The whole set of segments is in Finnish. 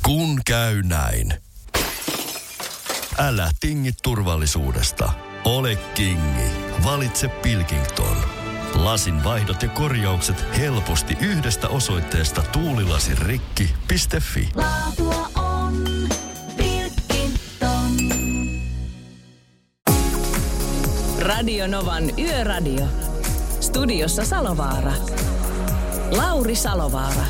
Kun käy näin. Älä tingi turvallisuudesta. Ole kingi. Valitse Pilkington. Lasin vaihdot ja korjaukset helposti yhdestä osoitteesta tuulilasirikki.fi. Laatua on Pilkington. Radio Novan Yöradio. Studiossa Salovaara. Lauri Salovaara.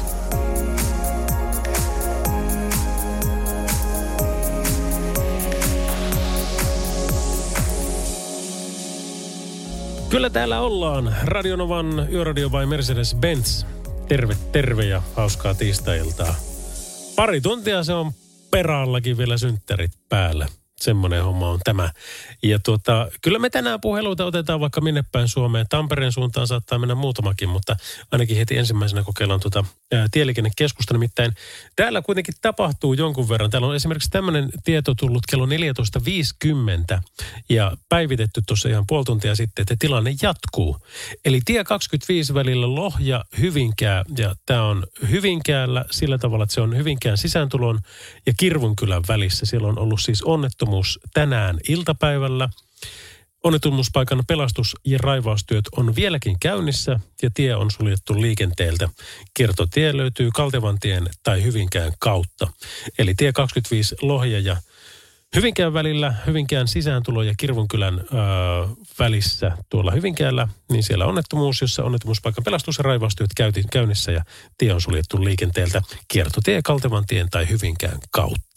Kyllä täällä ollaan. Radio Novan Yöradio by Mercedes-Benz. Terve ja hauskaa tiistai-iltaa. Pari tuntia se on peraallakin vielä synttärit päällä. Semmoinen homma on tämä. Ja kyllä me tänään puheluita otetaan vaikka minne päin Suomeen. Tampereen suuntaan saattaa mennä muutamakin, mutta ainakin heti ensimmäisenä kokeillaan tieliikennekeskusta. Nimittäin täällä kuitenkin tapahtuu jonkun verran. Täällä on esimerkiksi tämmöinen tieto tullut kello 14.50 ja päivitetty tuossa ihan puoli tuntia sitten, että tilanne jatkuu. Eli tie 25 välillä Lohja, Hyvinkää ja tämä on Hyvinkäällä sillä tavalla, että se on Hyvinkään sisääntulon ja Kirvunkylän välissä. Siellä on ollut siis onnettomuus tänään iltapäivällä. Onnettomuuspaikan pelastus- ja raivaustyöt on vieläkin käynnissä ja tie on suljettu liikenteeltä. Kiertotie löytyy Kaltevantien tai Hyvinkään kautta. Eli tie 25 Lohja ja Hyvinkään välillä, Hyvinkään sisääntulo ja Kirvunkylän välissä tuolla Hyvinkäällä, niin siellä onnettomuus, jossa onnettomuuspaikan pelastus- ja raivaustyöt käynnissä ja tie on suljettu liikenteeltä. Kiertotie Kaltevantien tai Hyvinkään kautta.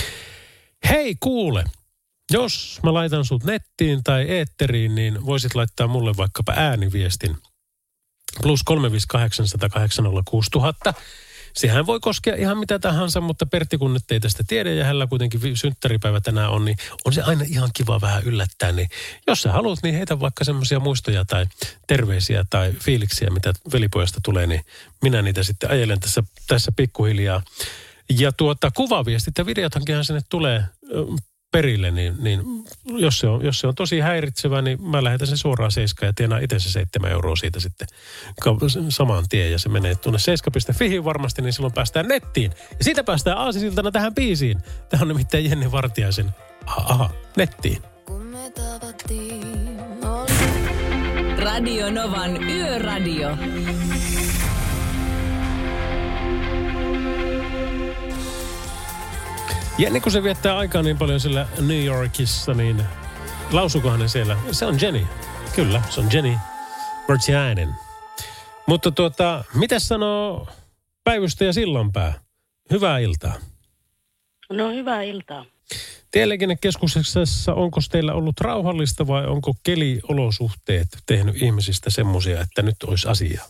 Hei kuule, jos mä laitan sut nettiin tai eetteriin, niin voisit laittaa mulle vaikkapa ääniviestin. Plus 358 108 06000. Sehän voi koskea ihan mitä tahansa, mutta Pertti kun nyt ei tästä tiedä ja hänellä kuitenkin synttäripäivä tänään on, niin on se aina ihan kiva vähän yllättää. Niin jos sä haluat, niin heitä vaikka semmoisia muistoja tai terveisiä tai fiiliksiä, mitä velipojasta tulee, niin minä niitä sitten ajelen tässä pikkuhiljaa. Ja kuvaviestit ja videothankinhan sinne tulee perille, niin jos se on tosi häiritsevä, niin mä lähetän sen suoraan Seiskaan ja tienaan itse se 7 € siitä sitten saman tien. Ja se menee tuonne seiska.fihin varmasti, niin silloin päästään nettiin. Ja siitä päästään aasisiltana tähän biisiin. Tämä on nimittäin Jenni Vartiaisen nettiin. Radio Novan Yöradio. Ja ennen kuin se viettää aikaa niin paljon siellä New Yorkissa, niin lausukohan ne siellä? Se on Jenny. Kyllä, se on Jenny Vartiainen. Mutta mitä sanoo päivystäjä Sillanpää? Hyvää iltaa. No hyvää iltaa. Tieliikennekeskuksessa onko teillä ollut rauhallista vai onko keliolosuhteet tehnyt ihmisistä semmoisia, että nyt olisi asiaa?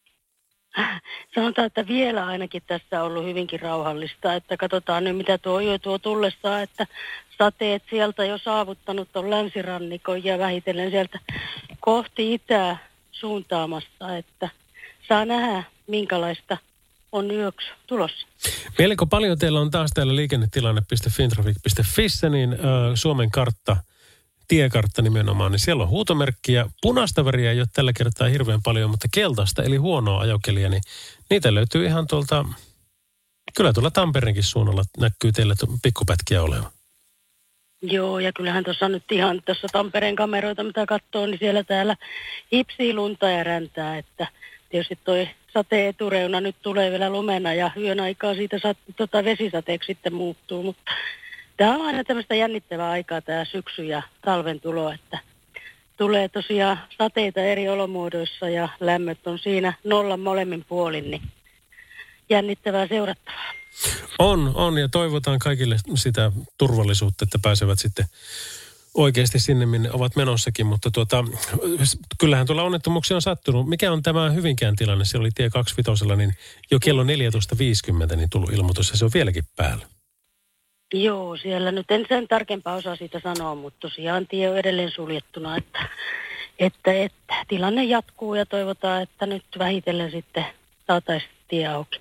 Sanotaan, että vielä ainakin tässä on ollut hyvinkin rauhallista, että katsotaan nyt mitä tuo yö tuo tullessaan, että sateet sieltä jo saavuttanut on länsirannikon ja vähitellen sieltä kohti itää suuntaamassa, että saa nähdä minkälaista on yöksi tulossa. Melko paljon teillä on taas täällä liikennetilanne.fintraffic.fissä niin Suomen kartta, tiekartta nimenomaan, niin siellä on huutomerkkiä. Punaista väriä ei ole tällä kertaa hirveän paljon, mutta keltaista eli huonoa ajokelia, niin niitä löytyy ihan tuolta, kyllä tuolla Tampereenkin suunnalla näkyy teille pikkupätkiä olevan. Joo, ja kyllähän tuossa nyt ihan tuossa Tampereen kameroita, mitä katsoo, niin siellä täällä hipsii lunta ja räntää, että tietysti toi sateen etureuna nyt tulee vielä lumena ja yön aikaa siitä vesisateeksi sitten muuttuu, mutta tämä on aina tämmöistä jännittävää aikaa tämä syksy ja talven tulo, että tulee tosiaan sateita eri olomuodoissa ja lämmöt on siinä nollan molemmin puolin, niin jännittävää seurattavaa. On ja toivotaan kaikille sitä turvallisuutta, että pääsevät sitten oikeasti sinne, minne ovat menossakin, mutta kyllähän tuolla onnettomuuksia on sattunut. Mikä on tämä Hyvinkään tilanne? Se oli tie 25, niin jo kello 14.50 niin tullut ilmoitus ja se on vieläkin päällä. Joo, siellä nyt en sen tarkempaa osaa siitä sanoa, mutta tosiaan tie on edelleen suljettuna, että tilanne jatkuu ja toivotaan, että nyt vähitellen sitten saataisiin tie auki.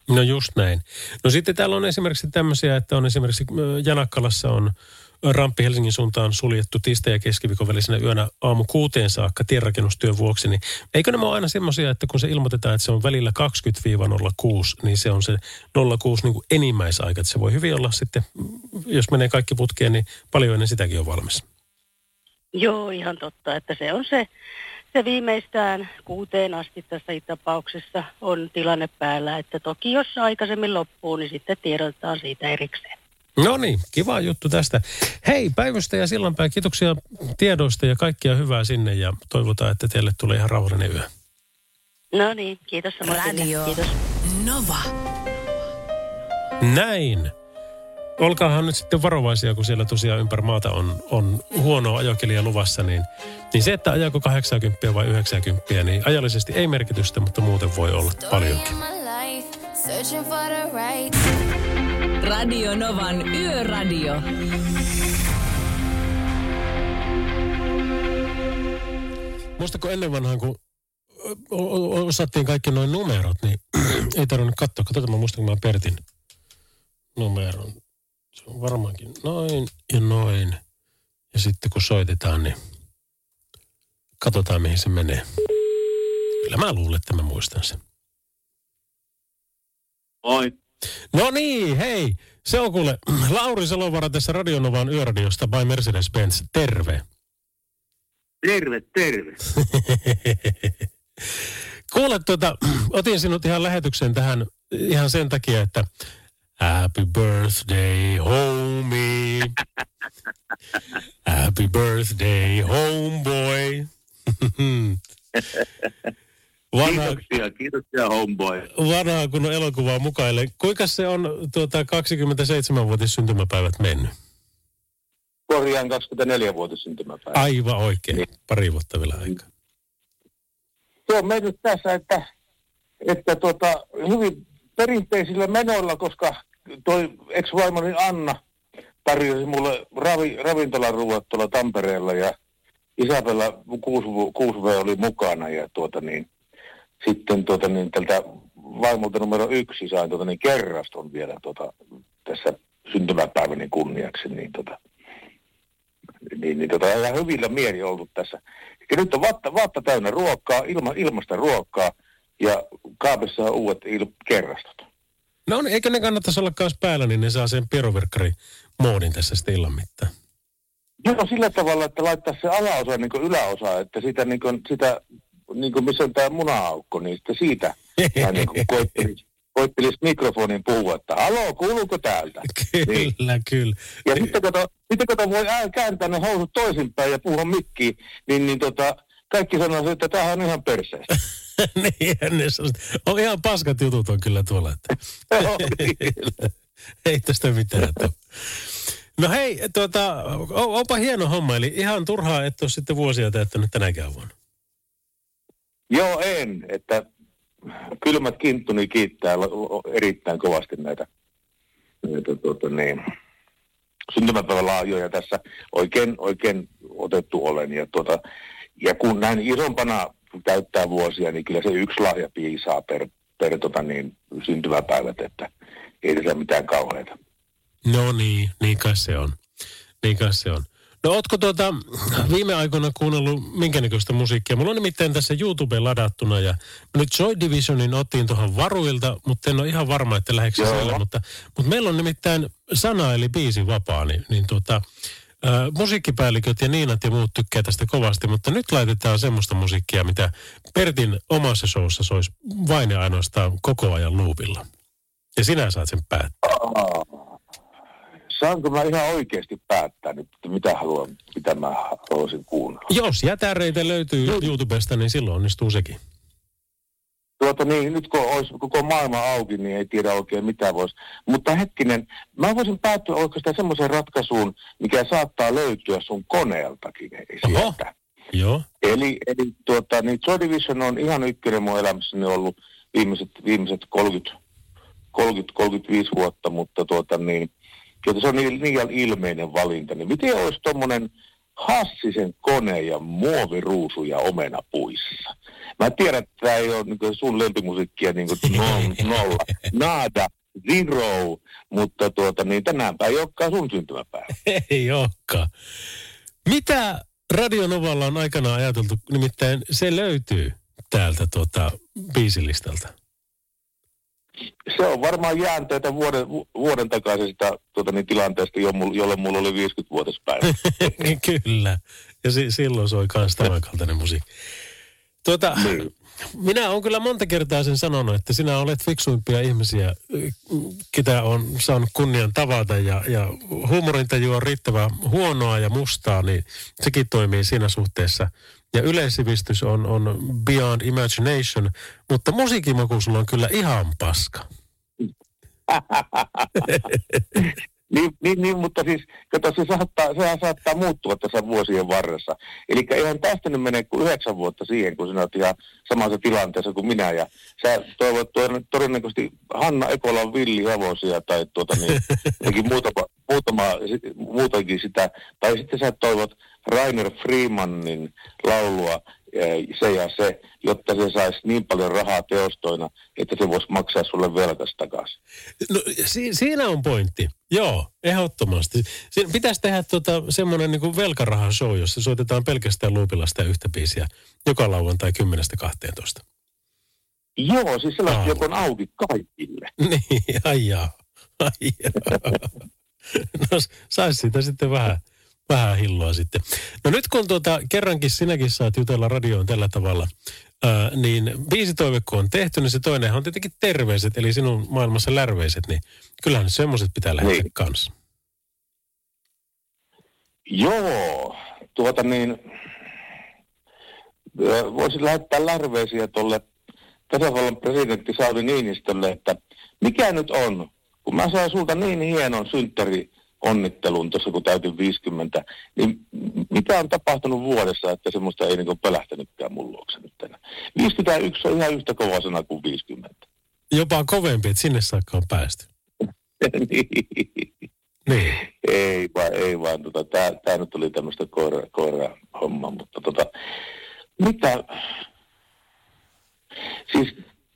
No just näin. No sitten täällä on esimerkiksi tämmöisiä, että on esimerkiksi Janakkalassa on ramppi Helsingin suuntaan suljettu tiistai- ja keskiviikon välisenä yönä aamu 6 saakka tienrakennustyön vuoksi. Niin eikö nämä ole aina semmoisia, että kun se ilmoitetaan, että se on välillä 20-06, niin se on se 06 niin kuin enimmäisaika. Että se voi hyvin olla sitten, jos menee kaikki putkeen, niin paljon ennen sitäkin on valmis. Joo, ihan totta, että se on se viimeistään 6 asti tässä tapauksessa on tilanne päällä, että toki jos aikaisemmin loppuu, niin sitten tiedotetaan siitä erikseen. No niin, kiva juttu tästä. Hei, Päivystä ja Sillanpää, kiitoksia tiedoista ja kaikkia hyvää sinne ja toivotaan, että teille tulee ihan rauhallinen yö. No niin, kiitos samoin. Radio Kiitos. Nova. Näin. Olkaahan nyt sitten varovaisia, kun siellä tosiaan ympäri maata on huonoa ajokelia luvassa, niin se, että ajaako 80 vai 90, niin ajallisesti ei merkitystä, mutta muuten voi olla paljonkin. Radio Novan Yöradio. Muistatko ennen vanhaan, kun osattiin kaikki noin numerot, niin ei tarvinnut katsoa. Katsotaan, mä muistan, kun mä Pertin numeron. Se on varmaankin noin ja noin. Ja sitten kun soitetaan, niin katsotaan, mihin se menee. Kyllä mä luulen, että mä muistan sen. Oi. No niin, hei. Se on kuule Lauri Salovaara tässä Radio Novan Yöradiosta by Mercedes-Benz. Terve. Terve, terve. Kuule, otin sinut ihan lähetykseen tähän ihan sen takia, että Happy birthday, homie. Happy birthday, homeboy. Kiitoksia homeboy. Vanhaa kun on elokuvaa mukaille. Kuinka se on 27-vuotis syntymäpäivät mennyt? Korjaan 24-vuotis syntymäpäivä. Aivan oikein. Niin. Pari vuotta vielä aikaa. Se on mennyt tässä, että hyvin perinteisillä menoilla, koska toi ex-vaimoni Anna tarjosi mulle ravintolaruuat tuolla Tampereella ja Isabella 6V oli mukana ja sitten tältä vaimolta numero 1 sain kerraston vielä tässä syntymäpäiväni kunniaksi, niin ihan hyvillä mieli ollut tässä. Ja nyt on vatta täynnä ruokaa, ilmasta ruokaa ja kaapissa on uudet kerrastot. No niin, eikö ne kannattaisi olla myös päällä, niin ne saa sen pyroverkkari-moodin tässä sitten illan mittaan. Joo, sillä tavalla, että laittaa se alaosa niin kuin yläosa, että sitä missä on tämä muna-aukko, niin sitten siitä niin koittelisi mikrofonin puhua, että haloo, kuuluuko täältä? Kyllä, niin. Kyllä. Ja sitten kun voi kääntää ne housut toisinpäin ja puhua mikkiin, niin kaikki sanoo, että tämähän on ihan perseestä. Niin, ne sanoo, on ihan paskat jutut on kyllä tuolla, että ei tästä mitään tule. No hei, onpa hieno homma, eli ihan turhaa et ole sitten vuosia täyttänyt tänäkään vuonna. Joo, että kylmät kinttuni kiittää erittäin kovasti näitä syntymäpäivälahjoja tässä oikein otettu olen. Ja kun näin isompana täyttää vuosia, niin kyllä se yksi lahja piisaa per syntymäpäivät, että ei tässä mitään kauheata. No niin kai se on. No ootko viime aikoina kuunnellut minkä näköistä musiikkia? Mulla on nimittäin tässä YouTubeen ladattuna ja nyt Joy Divisionin otin tuohon varuilta, mutta en ole ihan varma, että läheksi siellä. Mutta meillä on nimittäin sana eli biisi vapaa, niin musiikkipäälliköt ja Niinat ja muut tykkää tästä kovasti, mutta nyt laitetaan semmoista musiikkia, mitä Pertin omassa showssa soisi vain ja ainoastaan koko ajan loopilla. Ja sinä saat sen päättää. Saanko mä ihan oikeasti päättää nyt, mitä mä haluaisin kuunnella? Jos jätäreitä löytyy YouTubesta, niin silloin onnistuu sekin. Nyt kun olisi koko maailma auki, niin ei tiedä oikein mitä voisi. Mutta hetkinen, mä voisin päättyä oikeastaan semmoiseen ratkaisuun, mikä saattaa löytyä sun koneeltakin sieltä. Joo. Eli Joy Division on ihan ykkönen mun elämässäni ollut viimeiset 30-35 vuotta, mutta se on niin ilmeinen valinta. Niin miten olisi tommonen Hassisen kone ja muoviruusu ja omena puissa. Mä tiedän, että tämä ei ole niin sun lempimusiikkia niin nolla, nada, zero, mutta niin tänäänpä ei olekaan sun syntymäpäivä. Ei olekaan. Mitä Radio Novalla on aikanaan ajateltu? Nimittäin se löytyy täältä biisilistalta. Se on varmaan jäänteitä vuoden takaisesta tilanteesta, jolle mulla oli 50-vuotispäivä. Kyllä. Ja silloin soi myös tämän kaltainen musiikki. Niin. Minä olen kyllä monta kertaa sen sanonut, että sinä olet fiksuimpia ihmisiä, ketä on saanut kunnian tavata. Ja huumorintaju on riittävän huonoa ja mustaa, niin sekin toimii siinä suhteessa. Ja yleissivistys on beyond imagination, mutta musiikimaku sulla on kyllä ihan paska. Niin, mutta siis, kato, sehän saattaa muuttua tässä vuosien varressa. Eli eihän tästä nyt mene kuin 9 vuotta siihen, kun sinä olet ihan samassa tilanteessa kuin minä. Ja sä toivot todennäköisesti Hanna Ekolan villihevosia tai muutakin sitä. Tai sitten sä toivot Rainer Freemanin laulua se ja se, jotta se saisi niin paljon rahaa teostoina, että se voisi maksaa sulle velkas takaisin. No siinä on pointti. Joo, ehdottomasti. Siinä pitäisi tehdä semmoinen niin kuin velkarahashow, jossa soitetaan pelkästään Luupilasta ja yhtä biisiä joka lauantai 10-12. Joo, siis sellaista, joka on auki kaikille. Niin, aijaa. No saisi siitä sitten vähän hilloa sitten. No nyt kun kerrankin sinäkin saat jutella radioon tällä tavalla, niin biisitoive kun on tehty, niin se toinenhan on tietenkin terveiset, eli sinun maailmassa lärveiset, niin kyllähän nyt semmoiset pitää lähettää kanssa. Joo, voisin lähettää lärveisiä tuolle tasavallan presidentti Sauli Niinistölle, että mikä nyt on, kun mä saan sulta niin hienon synttärionnittelun tuossa kun täytin 50, niin mitä on tapahtunut vuodessa, että semmoista ei niin pelähtänytkään mun luokse nyt enää. 51 on ihan yhtä kova sana kuin 50. Jopa kovempi, että sinne saakka on päästy. Niin. Ei vaan. Tää nyt oli tämmöistä koira hommaa, mutta mitä? Siis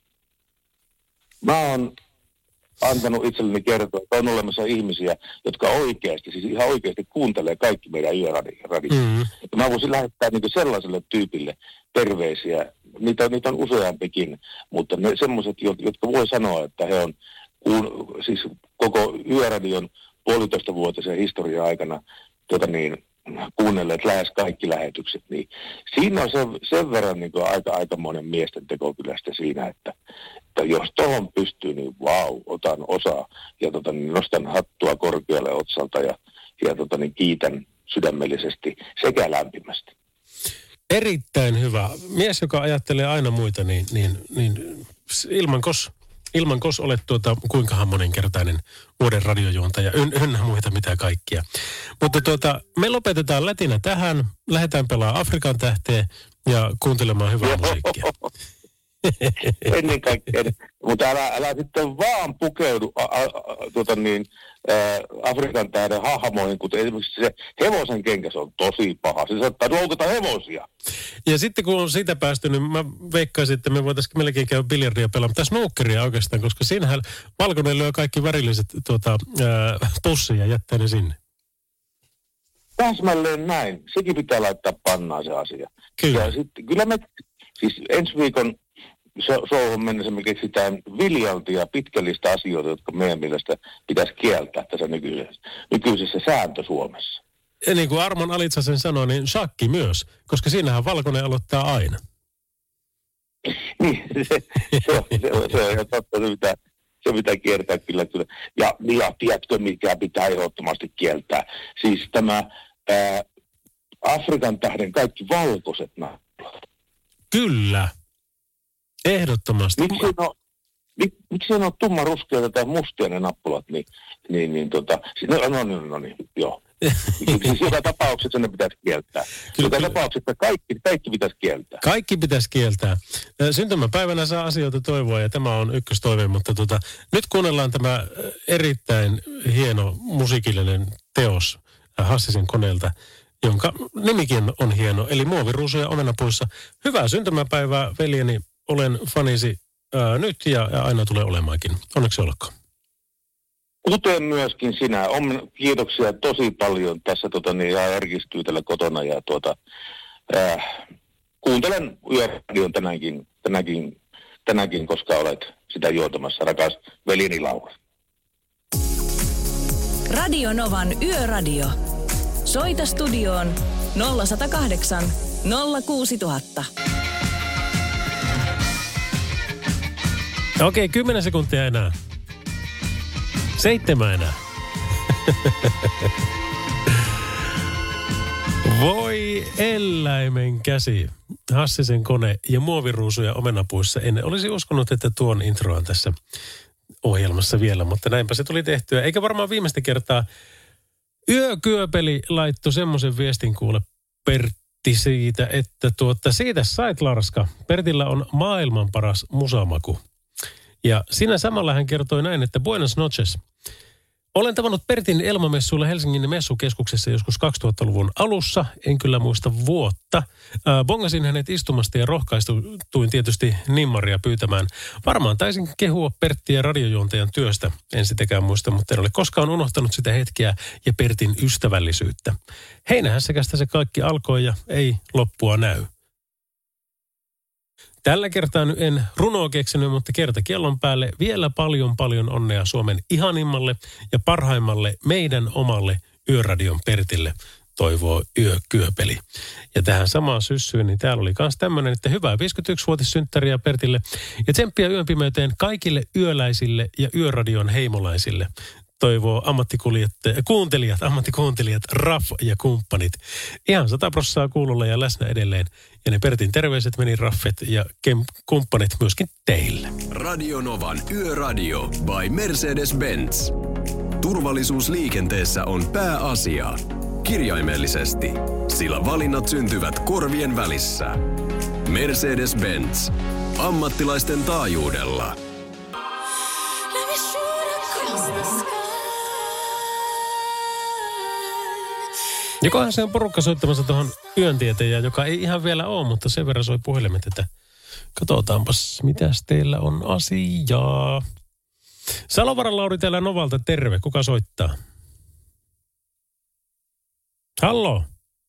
mä oon antanut itselleni kertoa, että on olemassa ihmisiä, jotka oikeasti, siis ihan oikeasti kuuntelee kaikki meidän yöradiot. Ja mä voisin lähettää niin sellaiselle tyypille terveisiä, niitä on useampikin, mutta ne semmoiset, jotka voi sanoa, että he on siis koko yöradion 1,5-vuotisen historian aikana kuunnelleet lähes kaikki lähetykset, niin siinä on sen verran niin aikamoinen miesten teko kyllä sitten siinä, että jos tohon pystyy, niin vau, otan osaa ja nostan hattua korkealle otsalta ja kiitän sydämellisesti sekä lämpimästi. Erittäin hyvä. Mies, joka ajattelee aina muita, niin ilman kos olet kuinkahan monenkertainen vuoden radiojuontaja, ynnä muita mitä kaikkia. Mutta me lopetetaan lätinä tähän, lähdetään pelaamaan Afrikan tähteä ja kuuntelemaan hyvää musiikkia. Ennen kaikkea, mutta älä sitten vaan pukeudu Afrikan tähden hahmoihin, kuten esimerkiksi se hevosen kenkä, se on tosi paha. Se saattaa loukata hevosia. Ja sitten kun on siitä päästy, niin mä veikkaisin, että me voitaisiin melkein käydä biljardia pelaamaan, mutta snookeria oikeastaan, koska siinähän valkoinen lyö kaikki värilliset pussia ja jättää ne sinne. Täsmälleen näin. Sekin pitää laittaa pannaan se asia. Kyllä. Ja sitten, kyllä me, siis ensi viikon showhun mennessä me keksitään viljaltia pitkällistä asioita, jotka meidän mielestä pitäisi kieltää tässä nykyisessä sääntö Suomessa. Ja niin kuin Armon Alitsasen sanoi, niin shakki myös, koska siinähän valkoinen aloittaa aina. Niin, se on ihan totta, se pitää kiertää kyllä. Ja tiedätkö, mikä pitää ehdottomasti kieltää? Siis tämä Afrikan tähden kaikki valkoiset nappulat. Kyllä. Ehdottomasti. Miksi on tumma ruskeita tai mustia ne nappulat? No niin, joo. Siis joka tapauksessa ne pitäisi kieltää. Joka tapauksessa kaikki pitäisi kieltää. Kaikki pitäisi kieltää. Syntymäpäivänä saa asioita toivoa ja tämä on ykköstoive, mutta nyt kuunnellaan tämä erittäin hieno musiikillinen teos Hassisen koneelta, jonka nimikin on hieno, eli Muoviruusuja omenapuissa. Hyvää syntymäpäivää, veljeni. Olen fanisi nyt ja aina tulee olemaankin. Onneksi olkoon. Kuten myöskin sinä. Kiitoksia tosi paljon tässä ja erkistyy tällä kotona ja kuuntelen Yöradion tänäänkin, koska olet sitä juotamassa, rakas veljeni Laura. Radio Novan Yöradio. Soita studioon 0108 06000. Okei, 10 sekuntia enää. 7 enää. Voi eläimen käsi. Hassisen kone ja Muoviruusuja omenapuissa. En olisi uskonut, että tuon intro on tässä ohjelmassa vielä, mutta näinpä se tuli tehtyä. Eikä varmaan viimeistä kertaa. Yökyöpeli laittoi semmoisen viestin kuule Pertti siitä, että siitä sait Larska. Pertillä on maailman paras musamaku. Ja siinä samalla hän kertoi näin, että Buenas noches. Olen tavannut Pertin Elma-messuilla Helsingin messukeskuksessa joskus 2000-luvun alussa. En kyllä muista vuotta. Bongasin hänet istumasta ja rohkaistuin tietysti nimmaria pyytämään. Varmaan taisin kehua Perttiä radiojuontajan työstä. En sitäkään muista, mutta en ole koskaan unohtanut sitä hetkeä ja Pertin ystävällisyyttä. Heinähässäkästä se kaikki alkoi ja ei loppua näy. Tällä kertaa en runoa keksinyt, mutta kertakiellon päälle vielä paljon onnea Suomen ihanimmalle ja parhaimmalle meidän omalle Yöradion Pertille, toivoo Yökyöpeli. Ja tähän samaan syssyyn, niin täällä oli myös tämmöinen, että hyvää 51-vuotissynttäriä Pertille ja tsemppiä yön pimeyteen kaikille yöläisille ja Yöradion heimolaisille. Toivoo ammattikuuntelijat, Raff ja kumppanit. Ihan 100% kuulolla ja läsnä edelleen. Ja ne Pertin terveiset meni Raffet ja kumppanit myöskin teille. Radio Novan Yöradio by Mercedes-Benz. Turvallisuus liikenteessä on pääasia. Kirjaimellisesti, sillä valinnat syntyvät korvien välissä. Mercedes-Benz. Ammattilaisten taajuudella. Jokohan se on porukka soittamassa tuohon yöntieteen, joka ei ihan vielä ole, mutta sen verran soi puhelimet, että katsotaanpas, mitäs teillä on asiaa. Salovaran Lauri täällä Novalta, terve. Kuka soittaa? Hallo?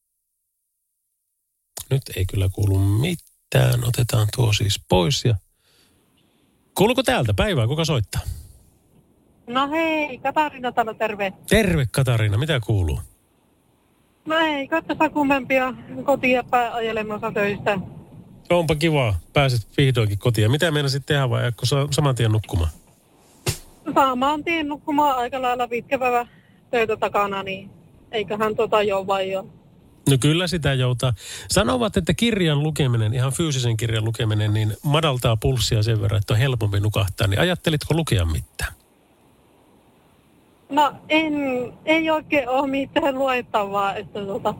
Nyt ei kyllä kuulu mitään. Otetaan tuo siis pois ja... Kuuluuko täältä päivää? Kuka soittaa? No hei, Katariina täällä, terve. Terve Katariina, mitä kuuluu? No ei, katsotaan kummempia kotia ajelemassa töistä. Onpa kiva, pääset vihdoinkin kotiin. Mitä meinasit tehdä vai jääkö saman tien nukkumaan? Samaan tien nukkumaan aika lailla pitkä päivä töitä takana, niin eiköhän jouva jo. No kyllä sitä joutaa. Sanovat, että kirjan lukeminen, ihan fyysisen kirjan lukeminen, niin madaltaa pulssia sen verran, että on helpompi nukahtaa. Niin ajattelitko lukea mitään? No ei oikein ole mitään luettavaa, että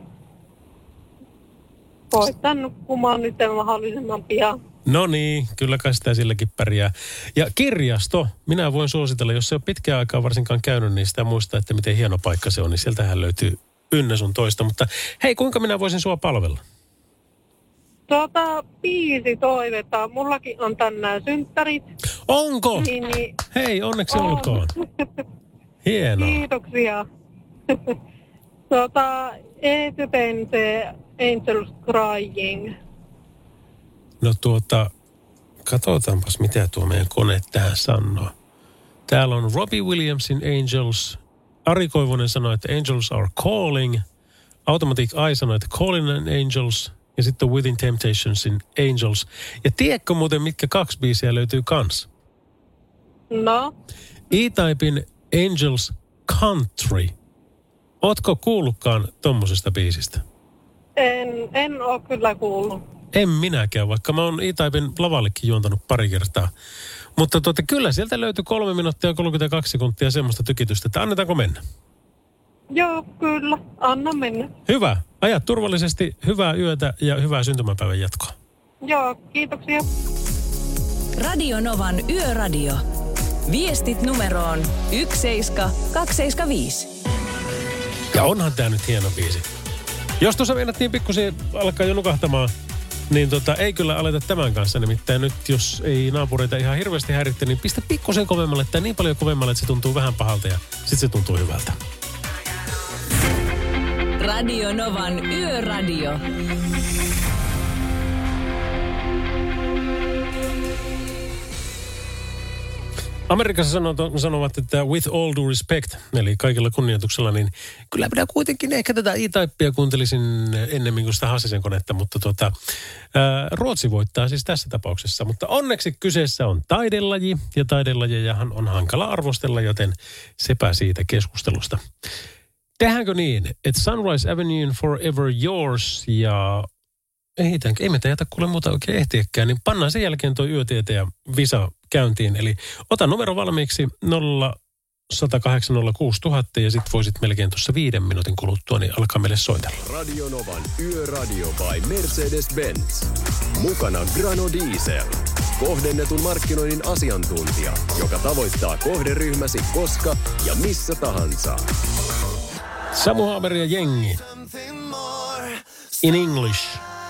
koitan nukkumaan nyt mahdollisimman pian. No niin, kyllä kai sitä silläkin pärjää. Ja kirjasto, minä voin suositella, jos se on pitkään aikaa varsinkaan käynyt, niin sitä muistaa, että miten hieno paikka se on, niin sieltähän löytyy ynnä sun toista. Mutta hei, kuinka minä voisin sua palvella? Biisi toivetta. Mullakin on tänään synttärit. Onko? Niin, hei, onneksi olkoon. Hienoa. Kiitoksia. Etypense Angels Crying. No katsotaanpas mitä tuo meidän kone tähän sanoo. Täällä on Robbie Williamsin Angels. Ari Koivunen sanoi, että Angels are calling. Automatic Eye sanoi, että Calling an Angels. Ja sitten Within Temptationsin Angels. Ja tiedätkö muuten, mitkä 2 biisiä löytyy kans? No? E-Typein Angels Country. Ootko kuullutkaan tommosesta biisistä? En ole kyllä kuullut. En minäkään, vaikka mä oon E-Typein lavallekin juontanut pari kertaa. Mutta kyllä sieltä löytyy 3 minuuttia ja 32 sekuntia semmoista tykitystä, että annetaanko mennä? Joo, kyllä. Anna mennä. Hyvä. Ajat turvallisesti, hyvää yötä ja hyvää syntymäpäivän jatkoa. Joo, kiitoksia. Radio Novan Yöradio. Viestit numeroon 17275. Ja onhan tää nyt hieno biisi. Jos tuossa mennättiin pikkusen alkaa jo nukahtamaan, niin ei kyllä aleta tämän kanssa. Nimittäin nyt, jos ei naapureita ihan hirveästi häiritte, niin pistä pikkusen kovemmalle tai niin paljon kovemmalle, että se tuntuu vähän pahalta ja sitten se tuntuu hyvältä. Radio Novan Yöradio. Amerikassa sanovat, että with all due respect, eli kaikilla kunnioituksella, niin kyllä minä kuitenkin ehkä tätä E-Typea kuuntelisin ennemmin kuin sitä Hassisen konetta, mutta Ruotsi voittaa siis tässä tapauksessa. Mutta onneksi kyseessä on taidelaji, ja taidelajejahan on hankala arvostella, joten sepä siitä keskustelusta. Tehdäänkö niin, että Sunrise Avenue Forever Yours ja ei me jätä kuule muuta oikein ehtiäkään, niin pannaan sen jälkeen tuo yötietä ja visa käyntiin. Eli ota numero valmiiksi 0806000 ja sit voisit melkein tuossa 5 minuutin kuluttua, niin alkaa meille soitella. Radio Novan Yöradio by Mercedes-Benz. Mukana Grano Diesel. Kohdennetun markkinoinnin asiantuntija, joka tavoittaa kohderyhmäsi koska ja missä tahansa. Samu Haaber ja jengi. In English.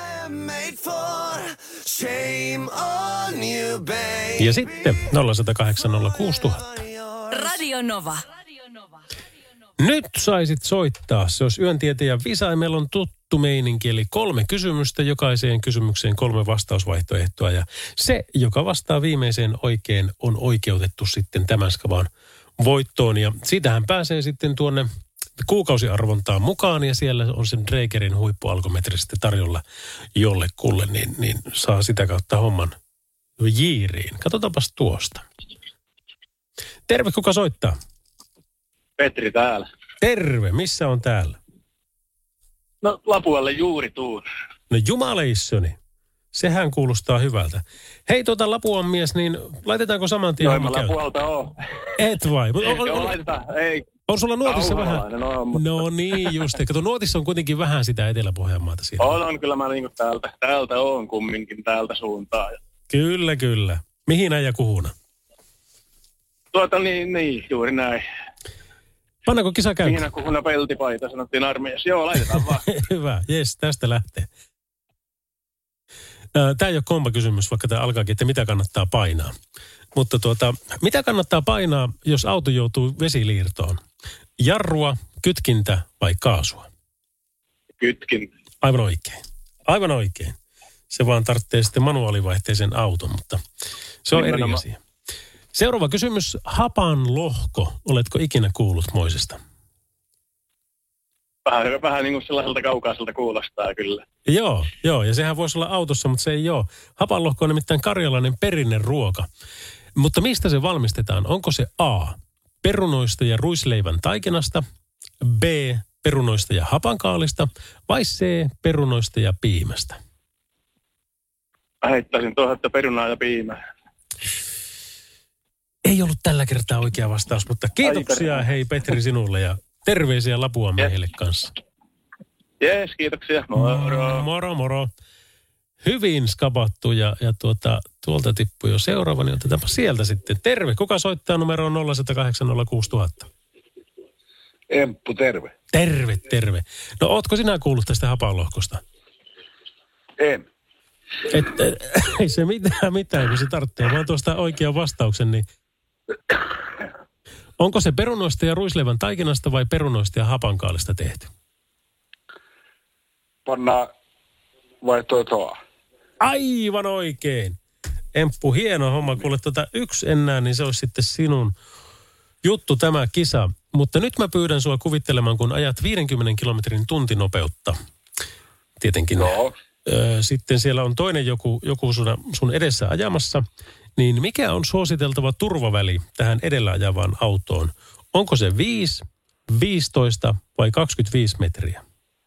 Ja sitten 0806000. Radio Nova. Nyt saisit soittaa. Se olisi yöntieteen visa. Meillä on tuttu meininki, eli 3 kysymystä. Jokaiseen kysymykseen 3 vastausvaihtoehtoa. Ja se, joka vastaa viimeiseen oikein, on oikeutettu sitten tämän skavan voittoon. Ja siitähän pääsee sitten tuonne kuukausiarvontaan mukaan ja siellä on sen Drakerin huippualkometri sitten tarjolla jollekulle, niin saa sitä kautta homman jiiriin. Katsotaanpas tuosta. Terve, kuka soittaa? Petri täällä. Terve, missä on täällä? No Lapualle juuri tuun. No jumaleissoni, sehän kuulostaa hyvältä. Hei Lapuan mies, niin laitetaanko saman tien homma käyntiin? Lapualta oo. Et vai? Joo, laitetaan, ei. On sulla nuotissa vähän? Mutta... No niin, just. Kato, nuotissa on kuitenkin vähän sitä Etelä-Pohjanmaata siellä. On, kyllä mä niinku täältä on kumminkin täältä suuntaan. Kyllä. Mihin ja kuhuna? Niin, juuri näin. Pannaanko kisa käyntiin? Mihin kuhuna peltipaita, sanottiin armeijassa. Joo, laitetaan vaan. Hyvä, jes, tästä lähtee. Tämä ei ole kompa kysymys, vaikka tämä alkaakin, että mitä kannattaa painaa. Mutta mitä kannattaa painaa, jos auto joutuu vesiliirtoon? Jarrua, kytkintä vai kaasua? Kytkintä. Aivan oikein. Se vaan tarvitsee sitten manuaalivaihteisen auton, mutta se on eri asia. Seuraava kysymys. Hapanlohko. Oletko ikinä kuullut moisesta? Vähän niin kuin sellaiselta kaukaiselta kuulostaa kyllä. Joo, ja sehän voisi olla autossa, mutta se ei ole. Hapanlohko on nimittäin karjalainen perinneruoka. Mutta mistä se valmistetaan? Onko se A, perunoista ja ruisleivän taikinasta, B, perunoista ja hapankaalista vai C, perunoista ja piimästä? Mä heittäisin tuohon, että perunaa ja piimää. Ei ollut tällä kertaa oikea vastaus, mutta kiitoksia hei Petri sinulle ja terveisiä Lapuan miehille kanssa. Jees, kiitoksia. Moro. Hyvin skapattu ja tuolta tippui jo seuraava, niin otetaanpa sieltä sitten. Terve, kuka soittaa numeroon 0806000? Emppu, terve. Terve. No ootko sinä kuullut tästä hapanlohkosta? En. Ei se mitään, kun se tarvitsee vaan tuosta oikean vastauksen, niin onko se perunoista ja ruisleivän taikinasta vai perunoista ja hapankaalista tehty? Pannaan vaihtoehtoa. Aivan oikein. Emppu, hieno homma. Kuule yksi enää, niin se olisi sitten sinun juttu tämä kisa. Mutta nyt mä pyydän sua kuvittelemaan, kun ajat 50 kilometrin tuntinopeutta. Tietenkin. Joo. Sitten siellä on toinen joku sun edessä ajamassa. Niin mikä on suositeltava turvaväli tähän edellä ajavaan autoon? Onko se 5, 15 vai 25 metriä?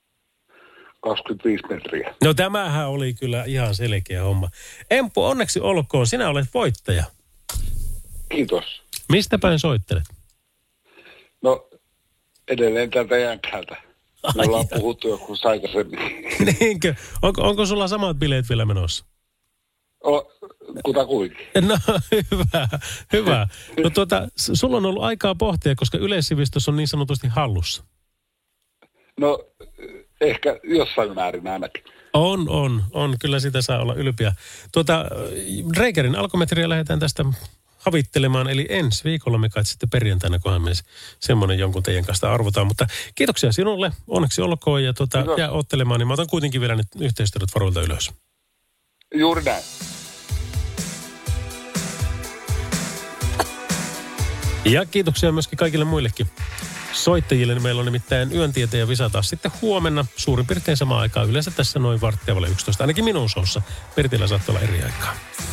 25 metriä. No tämähän oli kyllä ihan selkeä homma. Emppu, onneksi olkoon. Sinä olet voittaja. Kiitos. Mistä päin soittelet? No, edelleen tältä Jänkäältä. Me ollaan puhuttu joku aikaisemmin. Niinkö? Onko sulla samat bileet vielä menossa? Kutakuinkin. No hyvä. No sulla on ollut aikaa pohtia, koska yleissivistys on niin sanotusti hallussa. No, ehkä jossain määrin ainakin. On. Kyllä sitä saa olla ylpeä. Dreikerin alkometriä lähdetään tästä havittelemaan, eli ensi viikolla me kai sitten perjantaina, kunhan me semmoinen jonkun teidän kanssa arvotaan. Mutta kiitoksia sinulle, onneksi olkoon, ja jää ottelemaan, niin mä otan kuitenkin vielä nyt yhteistyöt varuilta ylös. Juuri näin. Ja kiitoksia myöskin kaikille muillekin soittajille. Meillä on nimittäin Yöntieteen ja Visa taas sitten huomenna suurin piirtein samaan aikaan. Yleensä tässä noin 11:15. Ainakin minun showssa. Pertillä saattaa olla eri aikaa.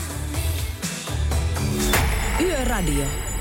Yöradio.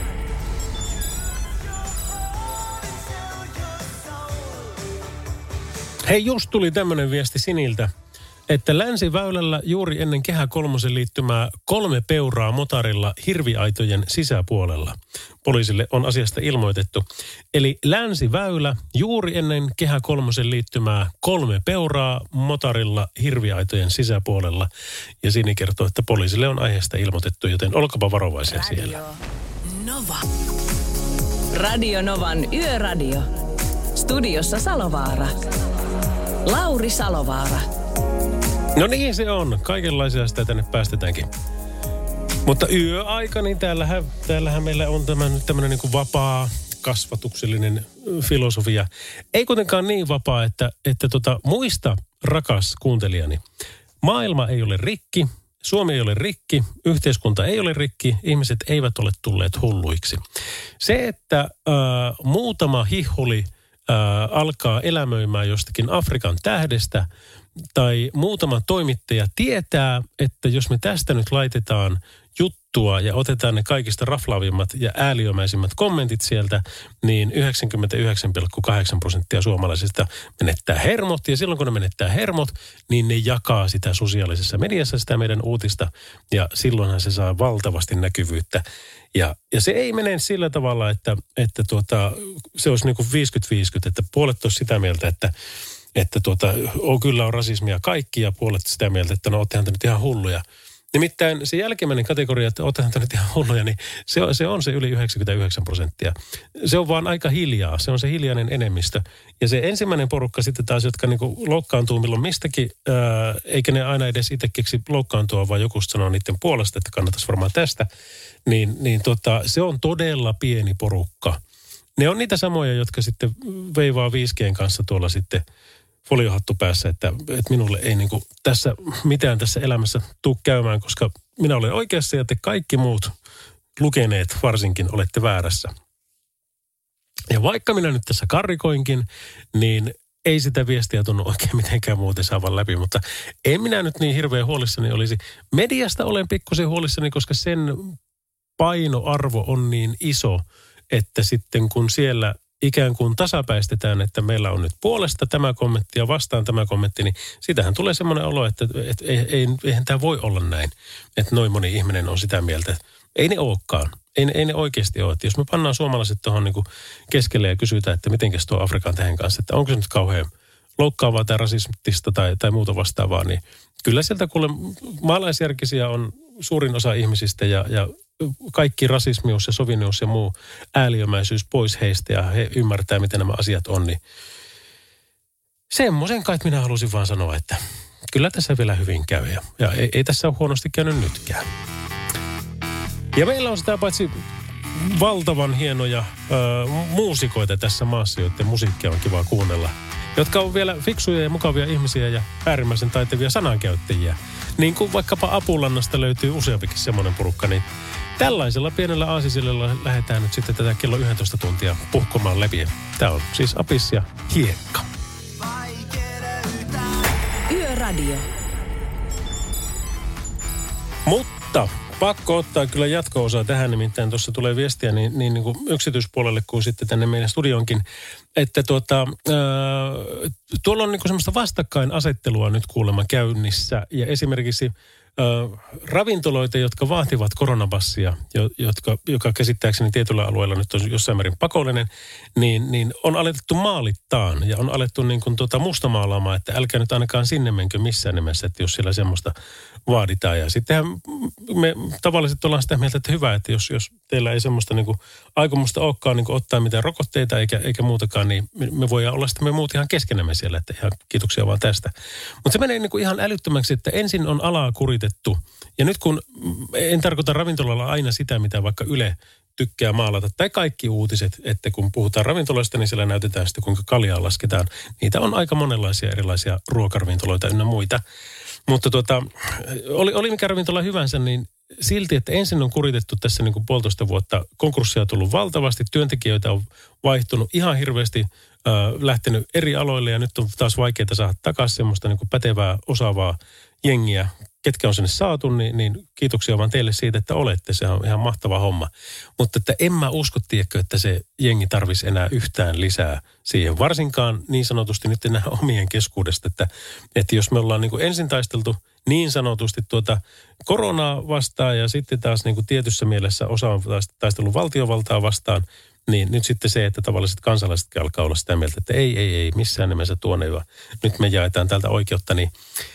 Hei, just tuli tämmönen viesti Siniltä, että Länsiväylällä juuri ennen Kehä kolmosen liittymää 3 peuraa motarilla hirviaitojen sisäpuolella. Poliisille on asiasta ilmoitettu. Eli Länsiväylä juuri ennen Kehä kolmosen liittymää 3 peuraa motarilla hirviaitojen sisäpuolella. Ja Sini kertoo, että poliisille on aiheesta ilmoitettu, joten olkapa varovaisia siellä. Nova. Radio Novan Yöradio. Studiossa Salovaara. Lauri Salovaara. No niin se on. Kaikenlaisia sitä tänne päästetäänkin. Mutta yöaika, niin täällähän meillä on tämmöinen niin kuin vapaa kasvatuksellinen filosofia. Ei kuitenkaan niin vapaa, että muista, rakas kuuntelijani, maailma ei ole rikki, Suomi ei ole rikki, yhteiskunta ei ole rikki, ihmiset eivät ole tulleet hulluiksi. Se, että muutama hihhuli alkaa elämöimään jostakin Afrikan tähdestä, tai muutama toimittaja tietää, että jos me tästä nyt laitetaan juttua ja otetaan ne kaikista raflaavimmat ja ääliömäisimmät kommentit sieltä, niin 99,8% suomalaisista menettää hermot. Ja silloin kun ne menettää hermot, niin ne jakaa sitä sosiaalisessa mediassa, sitä meidän uutista. Ja silloinhan se saa valtavasti näkyvyyttä. Ja se ei mene sillä tavalla, että se olisi niin kuin 50-50, että puolet olisi sitä mieltä, että kyllä on rasismia kaikki ja puolet sitä mieltä, että no oottehan te nyt ihan hulluja. Nimittäin se jälkimmäinen kategoria, että oottehan te nyt ihan hulluja, niin se on se yli 99%. Se on vaan aika hiljaa, se on se hiljainen enemmistö. Ja se ensimmäinen porukka sitten taas, jotka niinku loukkaantuu milloin mistäkin, eikä ne aina edes itse keksi loukkaantua, vaan joku sanoo niiden puolesta, että kannattaisi varmaan tästä, niin se on todella pieni porukka. Ne on niitä samoja, jotka sitten veivaa 5G:n kanssa tuolla sitten foliohattu päässä, että minulle ei niinku mitään tässä elämässä tule käymään, koska minä olen oikeassa ja te kaikki muut lukeneet varsinkin olette väärässä. Ja vaikka minä nyt tässä karrikoinkin, niin ei sitä viestiä tunnu oikein mitenkään muuten saavan läpi, mutta en minä nyt niin hirveän huolissani olisi. Mediasta olen pikkusen huolissani, koska sen painoarvo on niin iso, että sitten kun siellä ikään kuin tasapäistetään, että meillä on nyt puolesta tämä kommentti ja vastaan tämä kommentti, niin sitähän tulee semmoinen olo, että eihän tämä voi olla näin. Että noin moni ihminen on sitä mieltä. Ei ne olekaan. Ei ne oikeasti ole. Että jos me pannaan suomalaiset tuohon niin kuin keskelle ja kysytään, että mitenkäs tuo Afrikan tähän kanssa, että onko se nyt kauhean loukkaavaa tai rasistista tai muuta vastaavaa, niin kyllä sieltä kuule maalaisjärkisiä on suurin osa ihmisistä ja kaikki rasismius ja sovinius ja muu ääliömäisyys pois heistä ja he ymmärtää, miten nämä asiat on, niin semmoisen kai minä halusin vaan sanoa, että kyllä tässä vielä hyvin käy ja ei tässä ole huonosti käynyt nytkään. Ja meillä on sitä paitsi valtavan hienoja muusikoita tässä maassa, joiden musiikkia on kiva kuunnella, jotka on vielä fiksuja ja mukavia ihmisiä ja äärimmäisen taitavia sanankäyttäjiä. Niin kuin vaikkapa Apulannasta löytyy useampikin semmoinen porukka, niin tällaisella pienellä aasisillalla lähdetään nyt sitten tätä kello 11 tuntia puhkomaan läpi. Tämä on siis Apis ja Hiekka. Yöradio. Mutta pakko ottaa kyllä jatko-osaa tähän, nimittäin tuossa tulee viestiä niin kuin yksityispuolelle kuin sitten tänne meidän studionkin, että tuolla on niin kuin semmoista vastakkainasettelua nyt kuulemma käynnissä ja esimerkiksi ravintoloita, jotka vaativat koronapassia, joka käsittääkseni tietyllä alueella nyt on jossain määrin pakollinen, niin on alettu maalittaan ja on alettu niin kuin mustamaalaamaan, että älkää nyt ainakaan sinne menkö missään nimessä, että jos siellä semmoista vaaditaan. Ja sittenhän me tavallisesti ollaan sitä mieltä, että hyvä, että jos teillä ei semmoista niin kuin aikomusta olekaan niin kuin ottaa mitään rokotteita eikä muutakaan, niin me voidaan olla sitten me muut ihan keskenämme siellä, että ihan kiitoksia vaan tästä. Mutta se menee niin kuin ihan älyttömäksi, että ensin on alaa kuritettu. Ja nyt kun, en tarkoita ravintolalla aina sitä, mitä vaikka Yle tykkää maalata, tai kaikki uutiset, että kun puhutaan ravintoloista, niin siellä näytetään sitten, kuinka kaljaa lasketaan. Niitä on aika monenlaisia erilaisia ruokaravintoloita ynnä muita. Mutta oli mikä ravintola hyvänsä, niin silti, että ensin on kuritettu tässä niin kuin 1,5 vuotta, konkurssia on tullut valtavasti, työntekijöitä on vaihtunut ihan hirveästi, lähtenyt eri aloille ja nyt on taas vaikeaa saada takaisin semmoista niin kuin pätevää, osaavaa jengiä, ketkä on sinne saatu, niin kiitoksia vaan teille siitä, että olette. Se on ihan mahtava homma. Mutta että en mä usko, tiedätkö, että se jengi tarvisi enää yhtään lisää siihen. Varsinkaan niin sanotusti nyt enää omien keskuudesta, että jos me ollaan niin kuin ensin taisteltu niin sanotusti koronaa vastaan ja sitten taas niin kuin tietyssä mielessä osa on taistellut valtiovaltaa vastaan, niin nyt sitten se, että tavalliset kansalaisetkin alkaa olla sitä mieltä, että ei, missään nimessä tuonne, nyt me jaetaan tältä oikeutta, niin